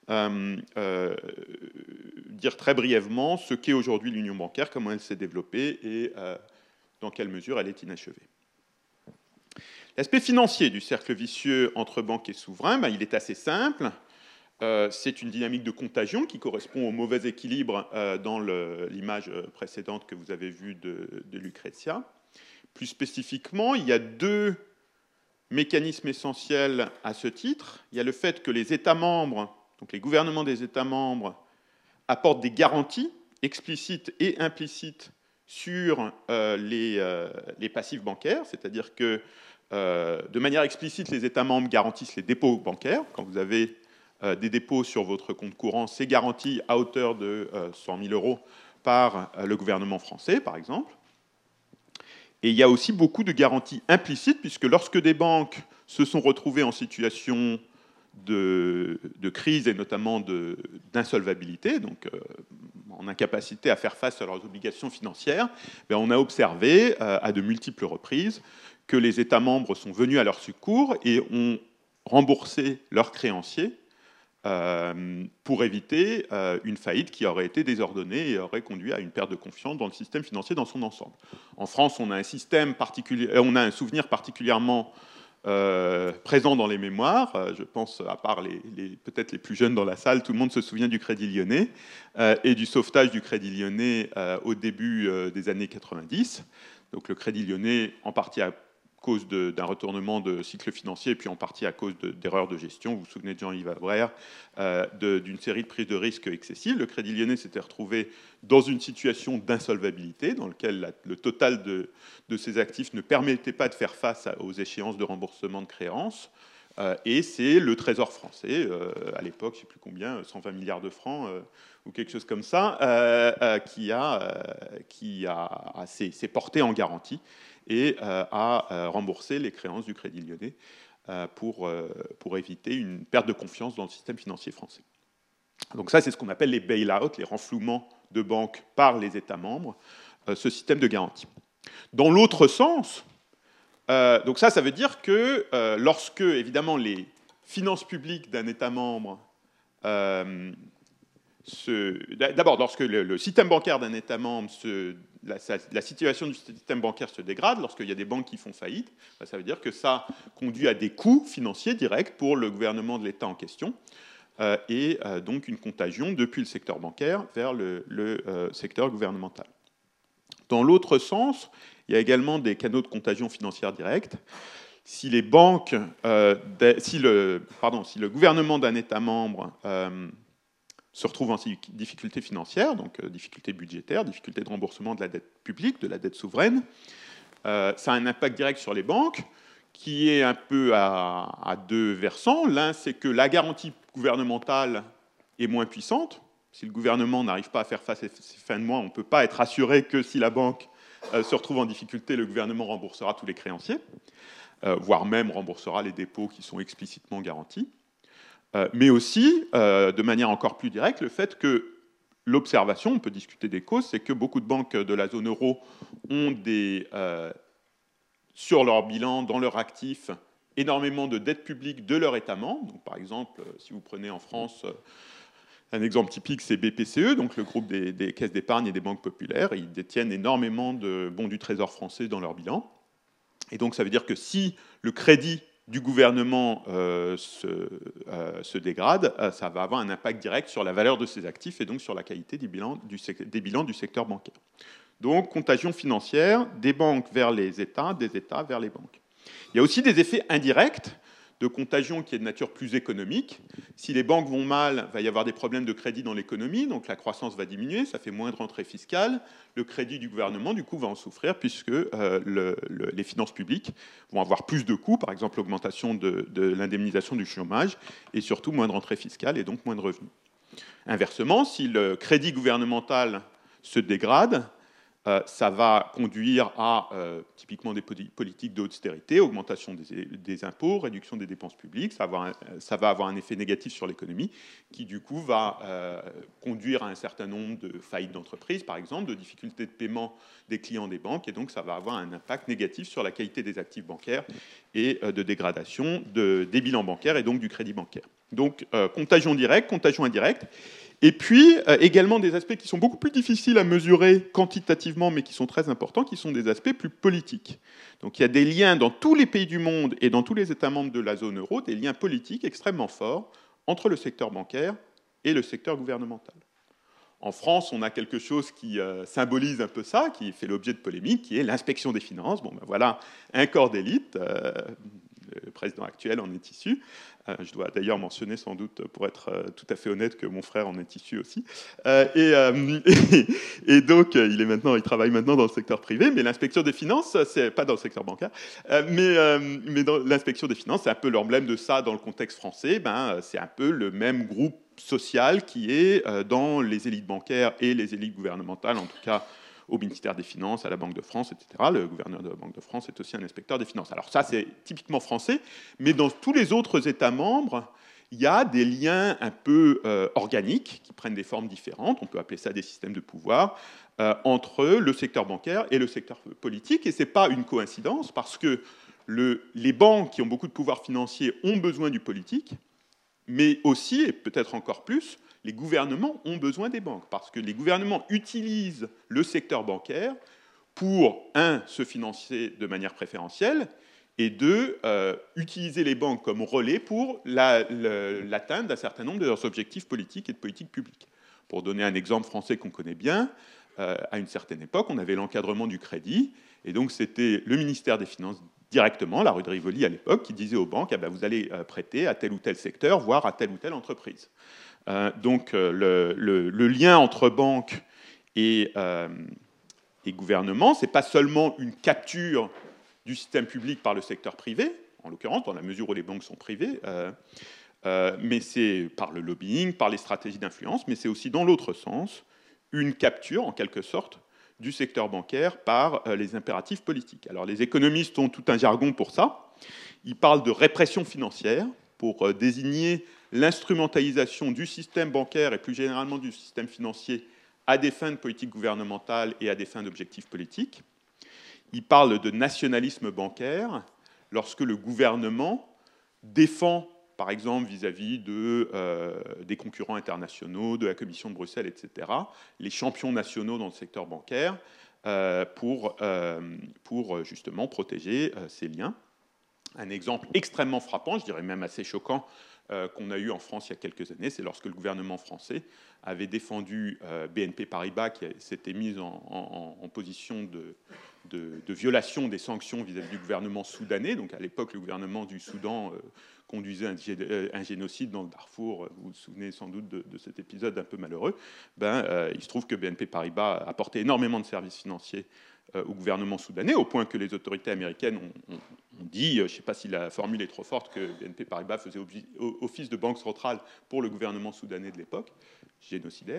S3: dire très brièvement ce qu'est aujourd'hui l'union bancaire, comment elle s'est développée et dans quelle mesure elle est inachevée. L'aspect financier du cercle vicieux entre banques et souverains, il est assez simple. C'est une dynamique de contagion qui correspond au mauvais équilibre dans l'image précédente que vous avez vue de Lucrezia. Plus spécifiquement, il y a 2 mécanismes essentiels à ce titre. Il y a le fait que les États membres, donc les gouvernements des États membres, apportent des garanties explicites et implicites sur les passifs bancaires, c'est-à-dire que de manière explicite, les États membres garantissent les dépôts bancaires. Quand vous avez des dépôts sur votre compte courant, c'est garanti à hauteur de 100 000 € par le gouvernement français, par exemple. Et il y a aussi beaucoup de garanties implicites, puisque lorsque des banques se sont retrouvées en situation de crise et notamment d'insolvabilité, donc en incapacité à faire face à leurs obligations financières, on a observé à de multiples reprises que les États membres sont venus à leur secours et ont remboursé leurs créanciers pour éviter une faillite qui aurait été désordonnée et aurait conduit à une perte de confiance dans le système financier dans son ensemble. En France, on a un souvenir particulièrement présent dans les mémoires. Je pense, à part peut-être les plus jeunes dans la salle, tout le monde se souvient du Crédit Lyonnais et du sauvetage du Crédit Lyonnais au début des années 90. Donc le Crédit Lyonnais, en partie cause d'un retournement de cycle financier, et puis en partie à cause d'erreurs de gestion. Vous vous souvenez de Jean-Yves Abrère, d'une série de prises de risques excessives. Le Crédit Lyonnais s'était retrouvé dans une situation d'insolvabilité, dans laquelle le total de ses actifs ne permettait pas de faire face aux échéances de remboursement de créances. Et c'est le Trésor français, à l'époque, je ne sais plus combien, 120 milliards de francs ou quelque chose comme ça, s'est porté en garantie et a remboursé les créances du Crédit Lyonnais pour éviter une perte de confiance dans le système financier français. Donc ça, c'est ce qu'on appelle les bail-out, les renflouements de banques par les États membres, ce système de garantie. Dans l'autre sens, donc ça veut dire que lorsque, évidemment, les finances publiques d'un État membre d'abord, lorsque le système bancaire d'un État membre, la situation du système bancaire se dégrade, lorsqu'il y a des banques qui font faillite, ça veut dire que ça conduit à des coûts financiers directs pour le gouvernement de l'État en question, et donc une contagion depuis le secteur bancaire vers le secteur gouvernemental. Dans l'autre sens, il y a également des canaux de contagion financière directe. Si le gouvernement d'un État membre se retrouve en difficulté financière, donc difficulté budgétaire, difficulté de remboursement de la dette publique, de la dette souveraine, ça a un impact direct sur les banques qui est un peu à deux versants. L'un, c'est que la garantie gouvernementale est moins puissante. Si le gouvernement n'arrive pas à faire face à ces fins de mois, on ne peut pas être assuré que si la banque se retrouve en difficulté, le gouvernement remboursera tous les créanciers, voire même remboursera les dépôts qui sont explicitement garantis. Mais aussi, de manière encore plus directe, le fait que l'observation, on peut discuter des causes, c'est que beaucoup de banques de la zone euro ont sur leur bilan, dans leur actif, énormément de dettes publiques de leur État membre. Donc, par exemple, si vous prenez en France, un exemple typique, c'est BPCE, donc le groupe des caisses d'épargne et des banques populaires. Ils détiennent énormément de bons du Trésor français dans leur bilan. Et donc, ça veut dire que si le crédit du gouvernement se dégrade, ça va avoir un impact direct sur la valeur de ses actifs et donc sur la qualité des bilans du secteur bancaire. Donc, contagion financière des banques vers les États, des États vers les banques. Il y a aussi des effets indirects de contagion qui est de nature plus économique. Si les banques vont mal, il va y avoir des problèmes de crédit dans l'économie, donc la croissance va diminuer, ça fait moins de rentrées fiscales. Le crédit du gouvernement, du coup, va en souffrir puisque les finances publiques vont avoir plus de coûts, par exemple l'augmentation de l'indemnisation du chômage, et surtout moins de rentrées fiscales et donc moins de revenus. Inversement, si le crédit gouvernemental se dégrade, ça va conduire à typiquement des politiques d'austérité, augmentation des impôts, réduction des dépenses publiques. Ça va avoir un effet négatif sur l'économie qui, du coup, va conduire à un certain nombre de faillites d'entreprises, par exemple, de difficultés de paiement des clients des banques. Et donc, ça va avoir un impact négatif sur la qualité des actifs bancaires et de dégradation des bilans bancaires et donc du crédit bancaire. Donc, contagion directe, contagion indirecte. Et puis, également des aspects qui sont beaucoup plus difficiles à mesurer quantitativement, mais qui sont très importants, qui sont des aspects plus politiques. Donc il y a des liens dans tous les pays du monde et dans tous les États membres de la zone euro, des liens politiques extrêmement forts entre le secteur bancaire et le secteur gouvernemental. En France, on a quelque chose qui symbolise un peu ça, qui fait l'objet de polémiques, qui est l'inspection des finances. Bon, ben voilà un corps d'élite. Le président actuel en est issu. Je dois d'ailleurs mentionner sans doute, pour être tout à fait honnête, que mon frère en est issu aussi. Et donc, il travaille maintenant dans le secteur privé, mais l'inspection des finances, c'est pas dans le secteur bancaire, mais dans l'inspection des finances, c'est un peu l'emblème de ça dans le contexte français. C'est un peu le même groupe social qui est dans les élites bancaires et les élites gouvernementales, en tout cas au ministère des Finances, à la Banque de France, etc. Le gouverneur de la Banque de France est aussi un inspecteur des finances. Alors ça, c'est typiquement français, mais dans tous les autres États membres, il y a des liens un peu organiques qui prennent des formes différentes, on peut appeler ça des systèmes de pouvoir, entre le secteur bancaire et le secteur politique. Et ce n'est pas une coïncidence, parce que les banques qui ont beaucoup de pouvoir financier ont besoin du politique, mais aussi, et peut-être encore plus, les gouvernements ont besoin des banques, parce que les gouvernements utilisent le secteur bancaire pour, un, se financer de manière préférentielle, et deux, utiliser les banques comme relais pour l'atteinte d'un certain nombre de leurs objectifs politiques et de politiques publiques. Pour donner un exemple français qu'on connaît bien, à une certaine époque, on avait l'encadrement du crédit, et donc c'était le ministère des Finances directement, la rue de Rivoli à l'époque, qui disait aux banques, vous allez prêter à tel ou tel secteur, voire à telle ou telle entreprise. Donc le lien entre banques et gouvernement, ce n'est pas seulement une capture du système public par le secteur privé, en l'occurrence, dans la mesure où les banques sont privées, mais c'est par le lobbying, par les stratégies d'influence, mais c'est aussi dans l'autre sens, une capture, en quelque sorte, du secteur bancaire par les impératifs politiques. Alors les économistes ont tout un jargon pour ça. Ils parlent de répression financière pour désigner l'instrumentalisation du système bancaire et plus généralement du système financier à des fins de politique gouvernementale et à des fins d'objectifs politiques. Ils parlent de nationalisme bancaire lorsque le gouvernement défend, par exemple, vis-à-vis des concurrents internationaux, de la Commission de Bruxelles, etc., les champions nationaux dans le secteur bancaire pour justement protéger ces liens. Un exemple extrêmement frappant, je dirais même assez choquant, qu'on a eu en France il y a quelques années, c'est lorsque le gouvernement français avait défendu BNP Paribas, qui s'était mise en position de violation des sanctions vis-à-vis du gouvernement soudanais. Donc à l'époque, le gouvernement du Soudan conduisait un génocide dans le Darfour. Vous vous souvenez sans doute de cet épisode un peu malheureux. Il se trouve que BNP Paribas apportait énormément de services financiers au gouvernement soudanais, au point que les autorités américaines ont dit, je ne sais pas si la formule est trop forte, que BNP Paribas faisait office de banque centrale pour le gouvernement soudanais de l'époque, génocidaire.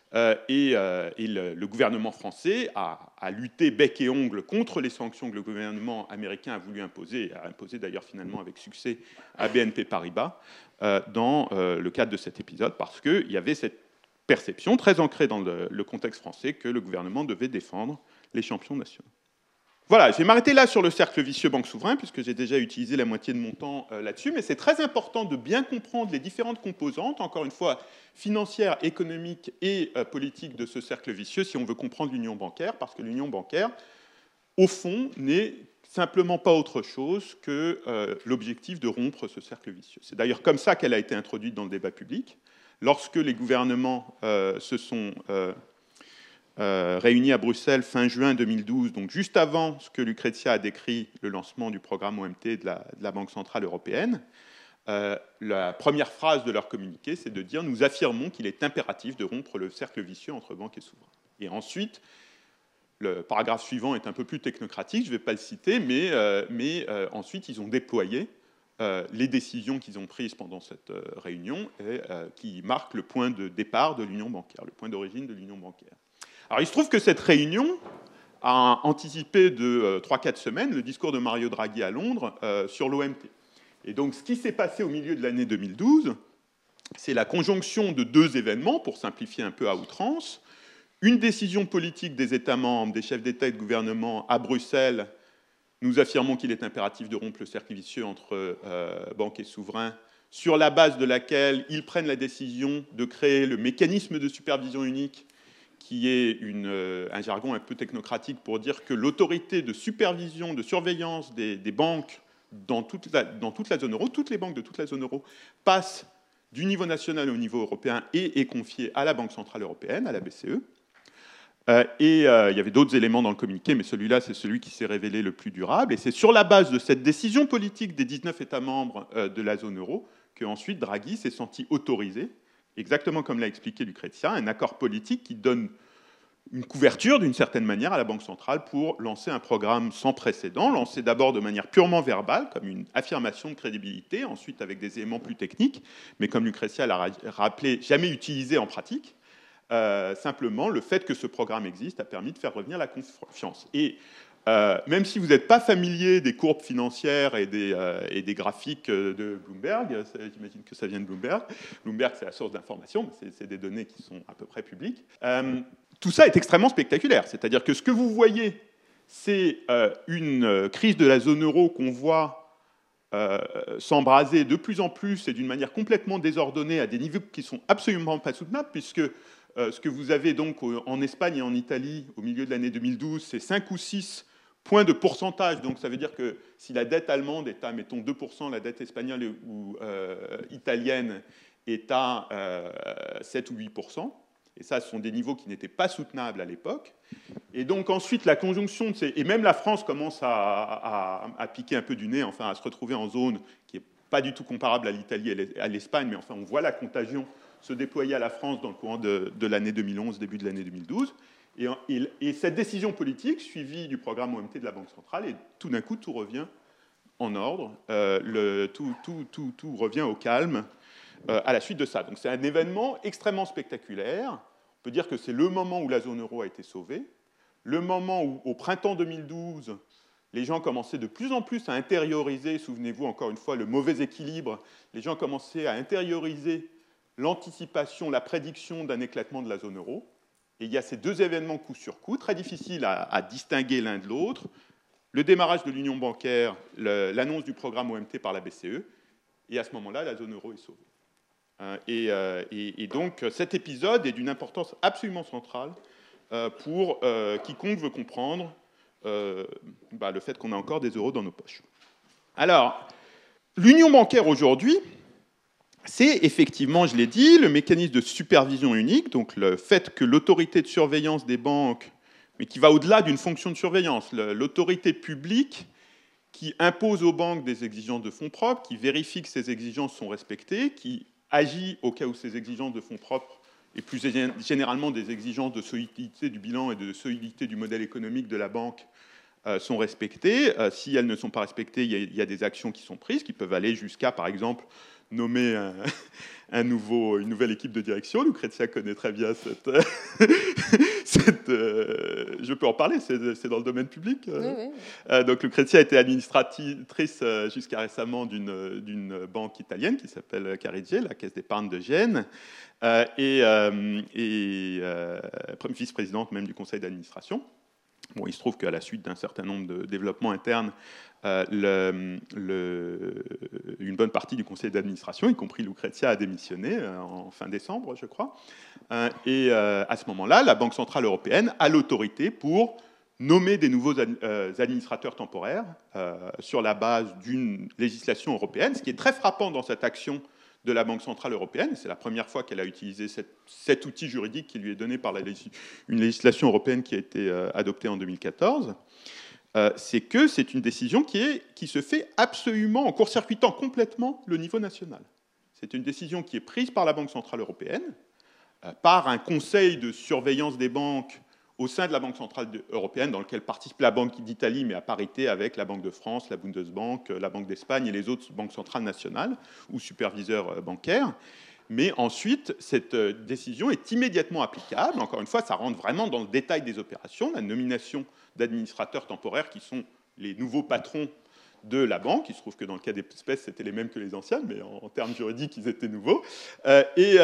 S3: Le gouvernement français a lutté bec et ongle contre les sanctions que le gouvernement américain a voulu imposer, et a imposé d'ailleurs finalement avec succès à BNP Paribas, dans le cadre de cet épisode, parce qu'il y avait cette perception très ancrée dans le contexte français que le gouvernement devait défendre les champions nationaux. Voilà, je vais m'arrêter là sur le cercle vicieux banque souverain, puisque j'ai déjà utilisé la moitié de mon temps là-dessus, mais c'est très important de bien comprendre les différentes composantes, encore une fois, financières, économiques et politiques de ce cercle vicieux, si on veut comprendre l'union bancaire, parce que l'union bancaire, au fond, n'est simplement pas autre chose que l'objectif de rompre ce cercle vicieux. C'est d'ailleurs comme ça qu'elle a été introduite dans le débat public. Lorsque les gouvernements se sont réunis à Bruxelles fin juin 2012, donc juste avant ce que Lucrezia a décrit, le lancement du programme OMT de la Banque Centrale Européenne, la première phrase de leur communiqué, c'est de dire « Nous affirmons qu'il est impératif de rompre le cercle vicieux entre banques et souverains ». Et ensuite, le paragraphe suivant est un peu plus technocratique, je ne vais pas le citer, mais ensuite, ils ont déployé les décisions qu'ils ont prises pendant cette réunion et qui marquent le point de départ de l'union bancaire, le point d'origine de l'union bancaire. Alors, il se trouve que cette réunion a anticipé de 3-4 semaines le discours de Mario Draghi à Londres sur l'OMT. Et donc, ce qui s'est passé au milieu de l'année 2012, c'est la conjonction de deux événements, pour simplifier un peu à outrance. Une décision politique des États membres, des chefs d'État et de gouvernement à Bruxelles. Nous affirmons qu'il est impératif de rompre le cercle vicieux entre banques et souverains, sur la base de laquelle ils prennent la décision de créer le mécanisme de supervision unique, qui est un jargon un peu technocratique pour dire que l'autorité de supervision, de surveillance des banques dans toute la zone euro, toutes les banques de toute la zone euro, passent du niveau national au niveau européen et est confiée à la Banque Centrale Européenne, à la BCE. Il y avait d'autres éléments dans le communiqué, mais celui-là, c'est celui qui s'est révélé le plus durable. Et c'est sur la base de cette décision politique des 19 États membres de la zone euro qu'ensuite Draghi s'est senti autorisé, exactement comme l'a expliqué Lucrezia, un accord politique qui donne une couverture, d'une certaine manière, à la Banque centrale pour lancer un programme sans précédent, lancé d'abord de manière purement verbale, comme une affirmation de crédibilité, ensuite avec des éléments plus techniques, mais comme Lucrezia l'a rappelé, jamais utilisé en pratique. Simplement, le fait que ce programme existe a permis de faire revenir la confiance. Et même si vous n'êtes pas familier des courbes financières et des graphiques de Bloomberg, j'imagine que ça vient de Bloomberg. Bloomberg, c'est la source d'information, mais c'est des données qui sont à peu près publiques. Tout ça est extrêmement spectaculaire. C'est-à-dire que ce que vous voyez, c'est une crise de la zone euro qu'on voit s'embraser de plus en plus et d'une manière complètement désordonnée à des niveaux qui ne sont absolument pas soutenables, puisque ce que vous avez donc en Espagne et en Italie au milieu de l'année 2012, c'est 5 ou 6 points de pourcentage. Donc ça veut dire que si la dette allemande est à, mettons, 2%, la dette espagnole ou italienne est à 7 ou 8%. Et ça, ce sont des niveaux qui n'étaient pas soutenables à l'époque. Et donc ensuite, la conjonction de ces... Et même la France commence à piquer un peu du nez, enfin à se retrouver en zone qui n'est pas du tout comparable à l'Italie et à l'Espagne, mais enfin on voit la contagion se déployer à la France dans le courant de l'année 2011, début de l'année 2012. Et cette décision politique, suivie du programme OMT de la Banque centrale, et tout d'un coup, tout revient en ordre, tout revient au calme à la suite de ça. Donc c'est un événement extrêmement spectaculaire. On peut dire que c'est le moment où la zone euro a été sauvée, le moment où, au printemps 2012, les gens commençaient de plus en plus à intérioriser, souvenez-vous encore une fois, le mauvais équilibre, les gens commençaient à intérioriser l'anticipation, la prédiction d'un éclatement de la zone euro. Et il y a ces deux événements coup sur coup, très difficiles à distinguer l'un de l'autre. Le démarrage de l'union bancaire, l'annonce du programme OMT par la BCE, et à ce moment-là, la zone euro est sauvée. Et donc, cet épisode est d'une importance absolument centrale pour quiconque veut comprendre le fait qu'on a encore des euros dans nos poches. Alors, l'union bancaire aujourd'hui, c'est effectivement, je l'ai dit, le mécanisme de supervision unique, donc le fait que l'autorité de surveillance des banques, mais qui va au-delà d'une fonction de surveillance, l'autorité publique qui impose aux banques des exigences de fonds propres, qui vérifie que ces exigences sont respectées, qui agit au cas où ces exigences de fonds propres, et plus généralement des exigences de solidité du bilan et de solidité du modèle économique de la banque, sont respectées. Si elles ne sont pas respectées, il y a des actions qui sont prises, qui peuvent aller jusqu'à, par exemple, nommer une nouvelle équipe de direction. Lucrezia connaît très bien je peux en parler, c'est dans le domaine public.
S2: Oui.
S3: Donc Lucrezia était administratrice jusqu'à récemment d'une banque italienne qui s'appelle Carige, la Caisse d'épargne de Gênes, et vice-présidente même du conseil d'administration. Bon, il se trouve qu'à la suite d'un certain nombre de développements internes, une bonne partie du conseil d'administration, y compris Lucrezia, a démissionné en fin décembre, je crois. Et à ce moment-là, la Banque centrale européenne a l'autorité pour nommer des nouveaux administrateurs temporaires sur la base d'une législation européenne, ce qui est très frappant dans cette action de la Banque centrale européenne. C'est la première fois qu'elle a utilisé cet outil juridique qui lui est donné par une législation européenne qui a été adoptée en 2014. C'est que c'est une décision qui se fait absolument en court-circuitant complètement le niveau national. C'est une décision qui est prise par la Banque centrale européenne, par un conseil de surveillance des banques au sein de la Banque centrale européenne, dans lequel participe la Banque d'Italie, mais à parité avec la Banque de France, la Bundesbank, la Banque d'Espagne et les autres banques centrales nationales ou superviseurs bancaires. Mais ensuite, cette décision est immédiatement applicable. Encore une fois, ça rentre vraiment dans le détail des opérations, la nomination d'administrateurs temporaires qui sont les nouveaux patrons de la banque. Il se trouve que dans le cas des espèces, c'était les mêmes que les anciens, mais en termes juridiques, ils étaient nouveaux. Et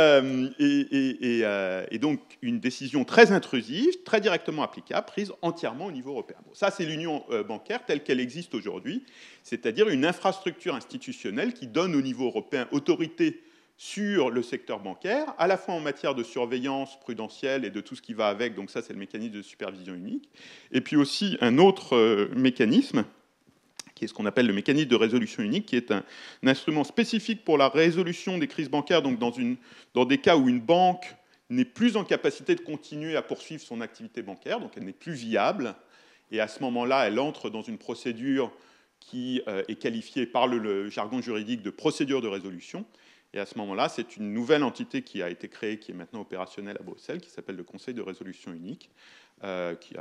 S3: donc, une décision très intrusive, très directement applicable, prise entièrement au niveau européen. Bon, ça, c'est l'union bancaire telle qu'elle existe aujourd'hui, c'est-à-dire une infrastructure institutionnelle qui donne au niveau européen autorité sur le secteur bancaire, à la fois en matière de surveillance prudentielle et de tout ce qui va avec, donc ça, c'est le mécanisme de supervision unique, et puis aussi un autre mécanisme, qui est ce qu'on appelle le mécanisme de résolution unique, qui est un instrument spécifique pour la résolution des crises bancaires, donc dans des cas où une banque n'est plus en capacité de continuer à poursuivre son activité bancaire, donc elle n'est plus viable, et à ce moment-là, elle entre dans une procédure qui est qualifiée par le jargon juridique de procédure de résolution. Et à ce moment-là, c'est une nouvelle entité qui a été créée, qui est maintenant opérationnelle à Bruxelles, qui s'appelle le Conseil de résolution unique, qui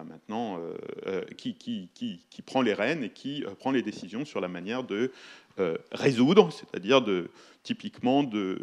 S3: prend les rênes et qui prend les décisions sur la manière de résoudre, c'est-à-dire typiquement de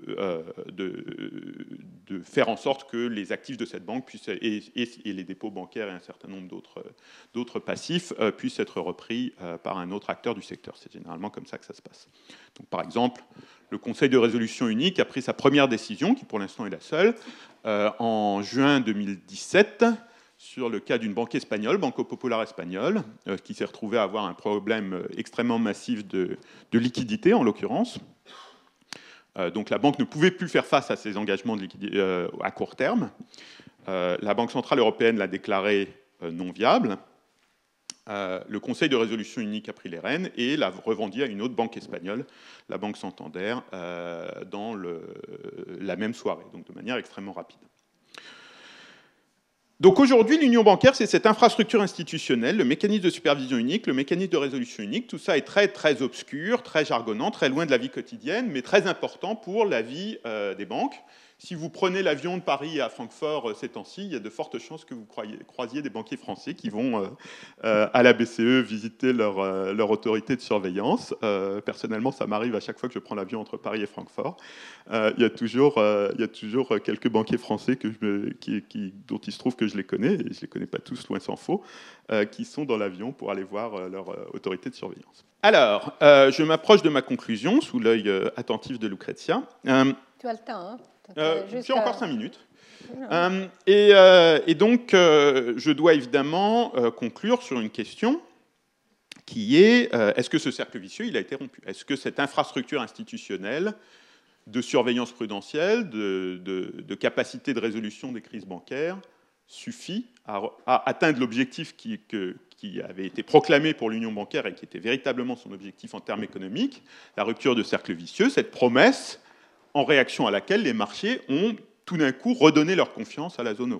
S3: faire en sorte que les actifs de cette banque puissent, et les dépôts bancaires et un certain nombre d'autres passifs puissent être repris par un autre acteur du secteur. C'est généralement comme ça que ça se passe. Donc, par exemple, le Conseil de résolution unique a pris sa première décision, qui pour l'instant est la seule, en juin 2017, sur le cas d'une banque espagnole, Banco Popular espagnole, qui s'est retrouvée à avoir un problème extrêmement massif de liquidité, en l'occurrence. Donc la banque ne pouvait plus faire face à ses engagements de liquidité à court terme. La Banque centrale européenne l'a déclaré non viable. Le Conseil de résolution unique a pris les rênes et l'a revendu à une autre banque espagnole, la Banque Santander, dans la même soirée, donc de manière extrêmement rapide. Donc aujourd'hui, l'union bancaire, c'est cette infrastructure institutionnelle, le mécanisme de supervision unique, le mécanisme de résolution unique. Tout ça est très, très obscur, très jargonnant, très loin de la vie quotidienne, mais très important pour la vie des banques. Si vous prenez l'avion de Paris à Francfort ces temps-ci, il y a de fortes chances que vous croisiez des banquiers français qui vont à la BCE visiter leur autorité de surveillance. Personnellement, ça m'arrive à chaque fois que je prends l'avion entre Paris et Francfort. Il y a toujours quelques banquiers français dont il se trouve que je les connais, et je ne les connais pas tous, loin s'en faut, qui sont dans l'avion pour aller voir leur autorité de surveillance. Alors, je m'approche de ma conclusion sous l'œil attentif de Lucrezia.
S2: Tu as le temps, hein?
S3: J'ai encore 5 minutes. Et donc, je dois évidemment conclure sur une question qui est, est-ce que ce cercle vicieux il a été rompu? Est-ce que cette infrastructure institutionnelle de surveillance prudentielle, de capacité de résolution des crises bancaires suffit à atteindre l'objectif qui avait été proclamé pour l'union bancaire et qui était véritablement son objectif en termes économiques, la rupture de cercle vicieux, cette promesse en réaction à laquelle les marchés ont tout d'un coup redonné leur confiance à la zone euro?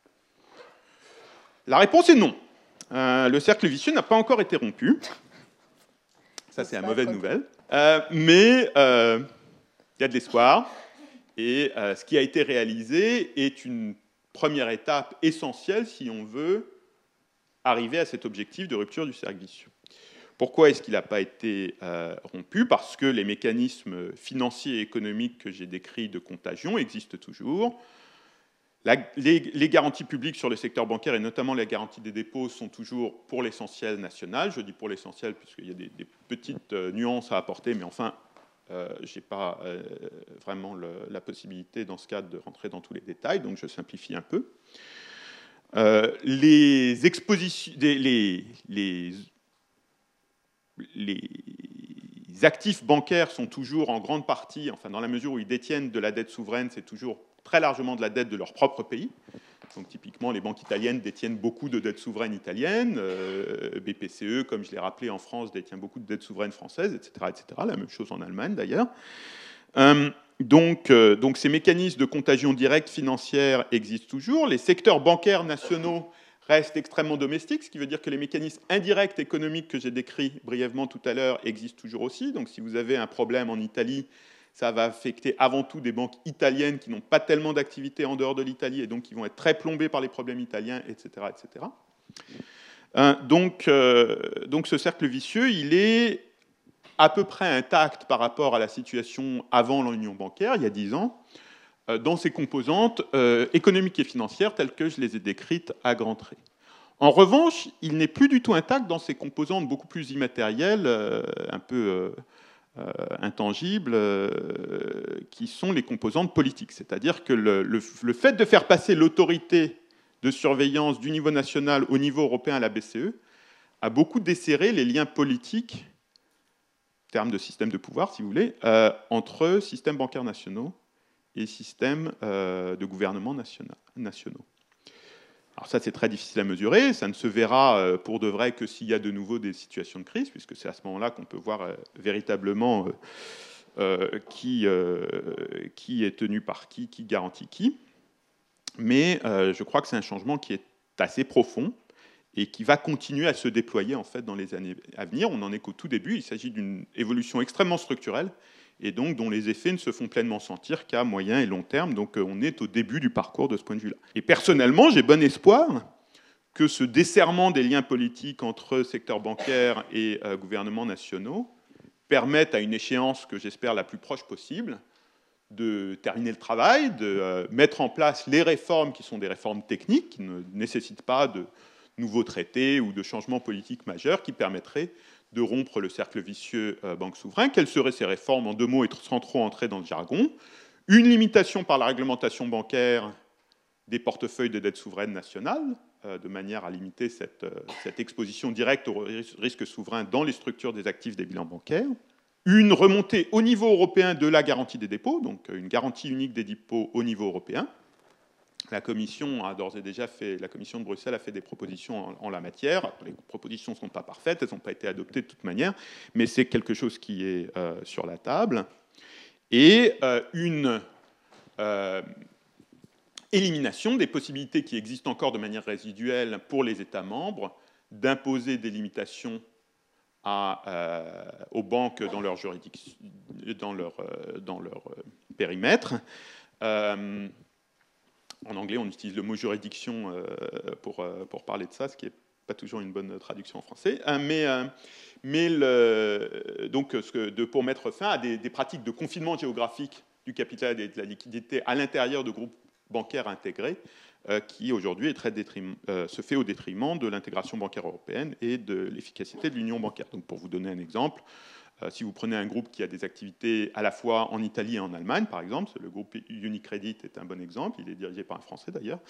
S3: La réponse est non. Le cercle vicieux n'a pas encore été rompu. Ça, c'est la mauvaise nouvelle. Mais il y a de l'espoir. Et ce qui a été réalisé est une première étape essentielle si on veut arriver à cet objectif de rupture du cercle vicieux. Pourquoi est-ce qu'il n'a pas été rompu? Parce que les mécanismes financiers et économiques que j'ai décrits de contagion existent toujours. Les garanties publiques sur le secteur bancaire, et notamment la garantie des dépôts, sont toujours pour l'essentiel nationales. Je dis pour l'essentiel puisqu'il y a des petites nuances à apporter, mais enfin, je n'ai pas vraiment la possibilité dans ce cadre de rentrer dans tous les détails, donc je simplifie un peu. Les actifs bancaires sont toujours en grande partie, enfin dans la mesure où ils détiennent de la dette souveraine, c'est toujours très largement de la dette de leur propre pays. Donc typiquement, les banques italiennes détiennent beaucoup de dettes souveraines italiennes, BPCE, comme je l'ai rappelé en France, détient beaucoup de dettes souveraines françaises, etc., etc. La même chose en Allemagne d'ailleurs. Donc ces mécanismes de contagion directe financière existent toujours. Les secteurs bancaires nationaux restent extrêmement domestiques, ce qui veut dire que les mécanismes indirects économiques que j'ai décrits brièvement tout à l'heure existent toujours aussi. Donc si vous avez un problème en Italie, ça va affecter avant tout des banques italiennes qui n'ont pas tellement d'activité en dehors de l'Italie et donc qui vont être très plombées par les problèmes italiens, etc. etc. Donc ce cercle vicieux, il est à peu près intact par rapport à la situation avant l'union bancaire, il y a 10 ans, dans ses composantes économiques et financières telles que je les ai décrites à grands traits. En revanche, il n'est plus du tout intact dans ses composantes beaucoup plus immatérielles, un peu intangibles, qui sont les composantes politiques. C'est-à-dire que le fait de faire passer l'autorité de surveillance du niveau national au niveau européen à la BCE a beaucoup desserré les liens politiques, en termes de système de pouvoir, si vous voulez, entre systèmes bancaires nationaux et systèmes de gouvernements nationaux. Alors ça, c'est très difficile à mesurer. Ça ne se verra pour de vrai que s'il y a de nouveau des situations de crise, puisque c'est à ce moment-là qu'on peut voir véritablement qui est tenu par qui garantit qui. Mais je crois que c'est un changement qui est assez profond et qui va continuer à se déployer en fait dans les années à venir. On n'en est qu'au tout début. Il s'agit d'une évolution extrêmement structurelle et donc dont les effets ne se font pleinement sentir qu'à moyen et long terme. Donc on est au début du parcours de ce point de vue-là. Et personnellement, j'ai bon espoir que ce desserrement des liens politiques entre secteur bancaire et gouvernements nationaux permette à une échéance que j'espère la plus proche possible de terminer le travail, de mettre en place les réformes qui sont des réformes techniques, qui ne nécessitent pas de nouveaux traités ou de changements politiques majeurs, qui permettraient de rompre le cercle vicieux banque souverain. Quelles seraient ces réformes? En 2 mots et sans trop entrer dans le jargon. Une limitation par la réglementation bancaire des portefeuilles de dette souveraine nationale, de manière à limiter cette exposition directe au risque souverain dans les structures des actifs des bilans bancaires. Une remontée au niveau européen de la garantie des dépôts, donc une garantie unique des dépôts au niveau européen. La Commission a d'ores et déjà la Commission de Bruxelles a fait des propositions en la matière. Les propositions ne sont pas parfaites, elles n'ont pas été adoptées de toute manière, mais c'est quelque chose qui est sur la table. Et une élimination des possibilités qui existent encore de manière résiduelle pour les États membres d'imposer des limitations aux banques dans leur juridiction, dans leur périmètre. En anglais, on utilise le mot juridiction pour parler de ça, ce qui n'est pas toujours une bonne traduction en français. Pour mettre fin à des pratiques de confinement géographique du capital et de la liquidité à l'intérieur de groupes bancaires intégrés, qui aujourd'hui se fait au détriment de l'intégration bancaire européenne et de l'efficacité de l'union bancaire. Donc, pour vous donner un exemple, si vous prenez un groupe qui a des activités à la fois en Italie et en Allemagne, par exemple, le groupe Unicredit est un bon exemple, il est dirigé par un Français d'ailleurs,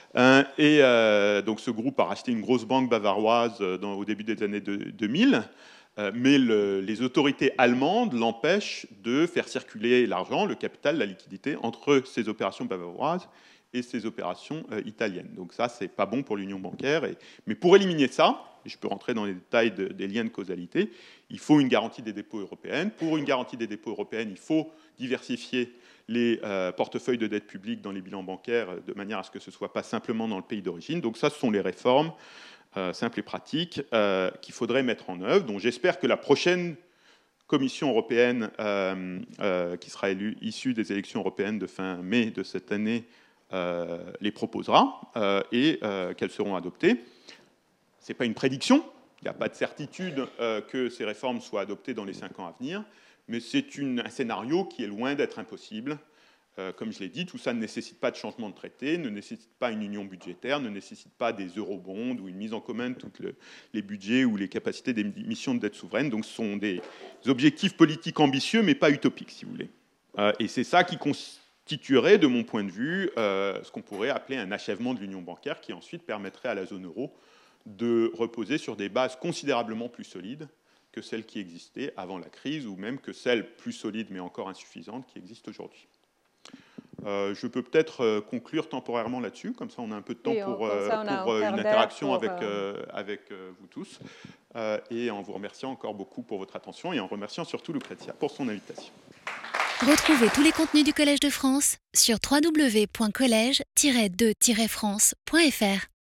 S3: donc ce groupe a racheté une grosse banque bavaroise au début des années 2000, mais les autorités allemandes l'empêchent de faire circuler l'argent, le capital, la liquidité entre ces opérations bavaroises et ces opérations italiennes. Donc ça, c'est pas bon pour l'union bancaire. Mais pour éliminer ça, et je peux rentrer dans les détails des liens de causalité, il faut une garantie des dépôts européenne. Pour une garantie des dépôts européenne, il faut diversifier les portefeuilles de dette publique dans les bilans bancaires de manière à ce que ce ne soit pas simplement dans le pays d'origine. Donc ça, ce sont les réformes simples et pratiques qu'il faudrait mettre en œuvre, dont j'espère que la prochaine Commission européenne, qui sera issue des élections européennes de fin mai de cette année, les proposera et qu'elles seront adoptées. Ce n'est pas une prédiction, il n'y a pas de certitude que ces réformes soient adoptées dans les 5 ans à venir, mais c'est un scénario qui est loin d'être impossible. Comme je l'ai dit, tout ça ne nécessite pas de changement de traité, ne nécessite pas une union budgétaire, ne nécessite pas des eurobonds ou une mise en commun de tous les budgets ou les capacités d'émission de dette souveraine. Donc ce sont des objectifs politiques ambitieux, mais pas utopiques, si vous voulez. Et c'est ça qui constituerait, de mon point de vue, ce qu'on pourrait appeler un achèvement de l'union bancaire qui ensuite permettrait à la zone euro de reposer sur des bases considérablement plus solides que celles qui existaient avant la crise, ou même que celles plus solides mais encore insuffisantes qui existent aujourd'hui. Je peux peut-être conclure temporairement là-dessus, comme ça on a un peu de temps pour une interaction avec vous tous, et en vous remerciant encore beaucoup pour votre attention et en remerciant surtout Lucrezia pour son invitation.
S1: Retrouvez tous les contenus du Collège de France sur www.collège-2-france.fr.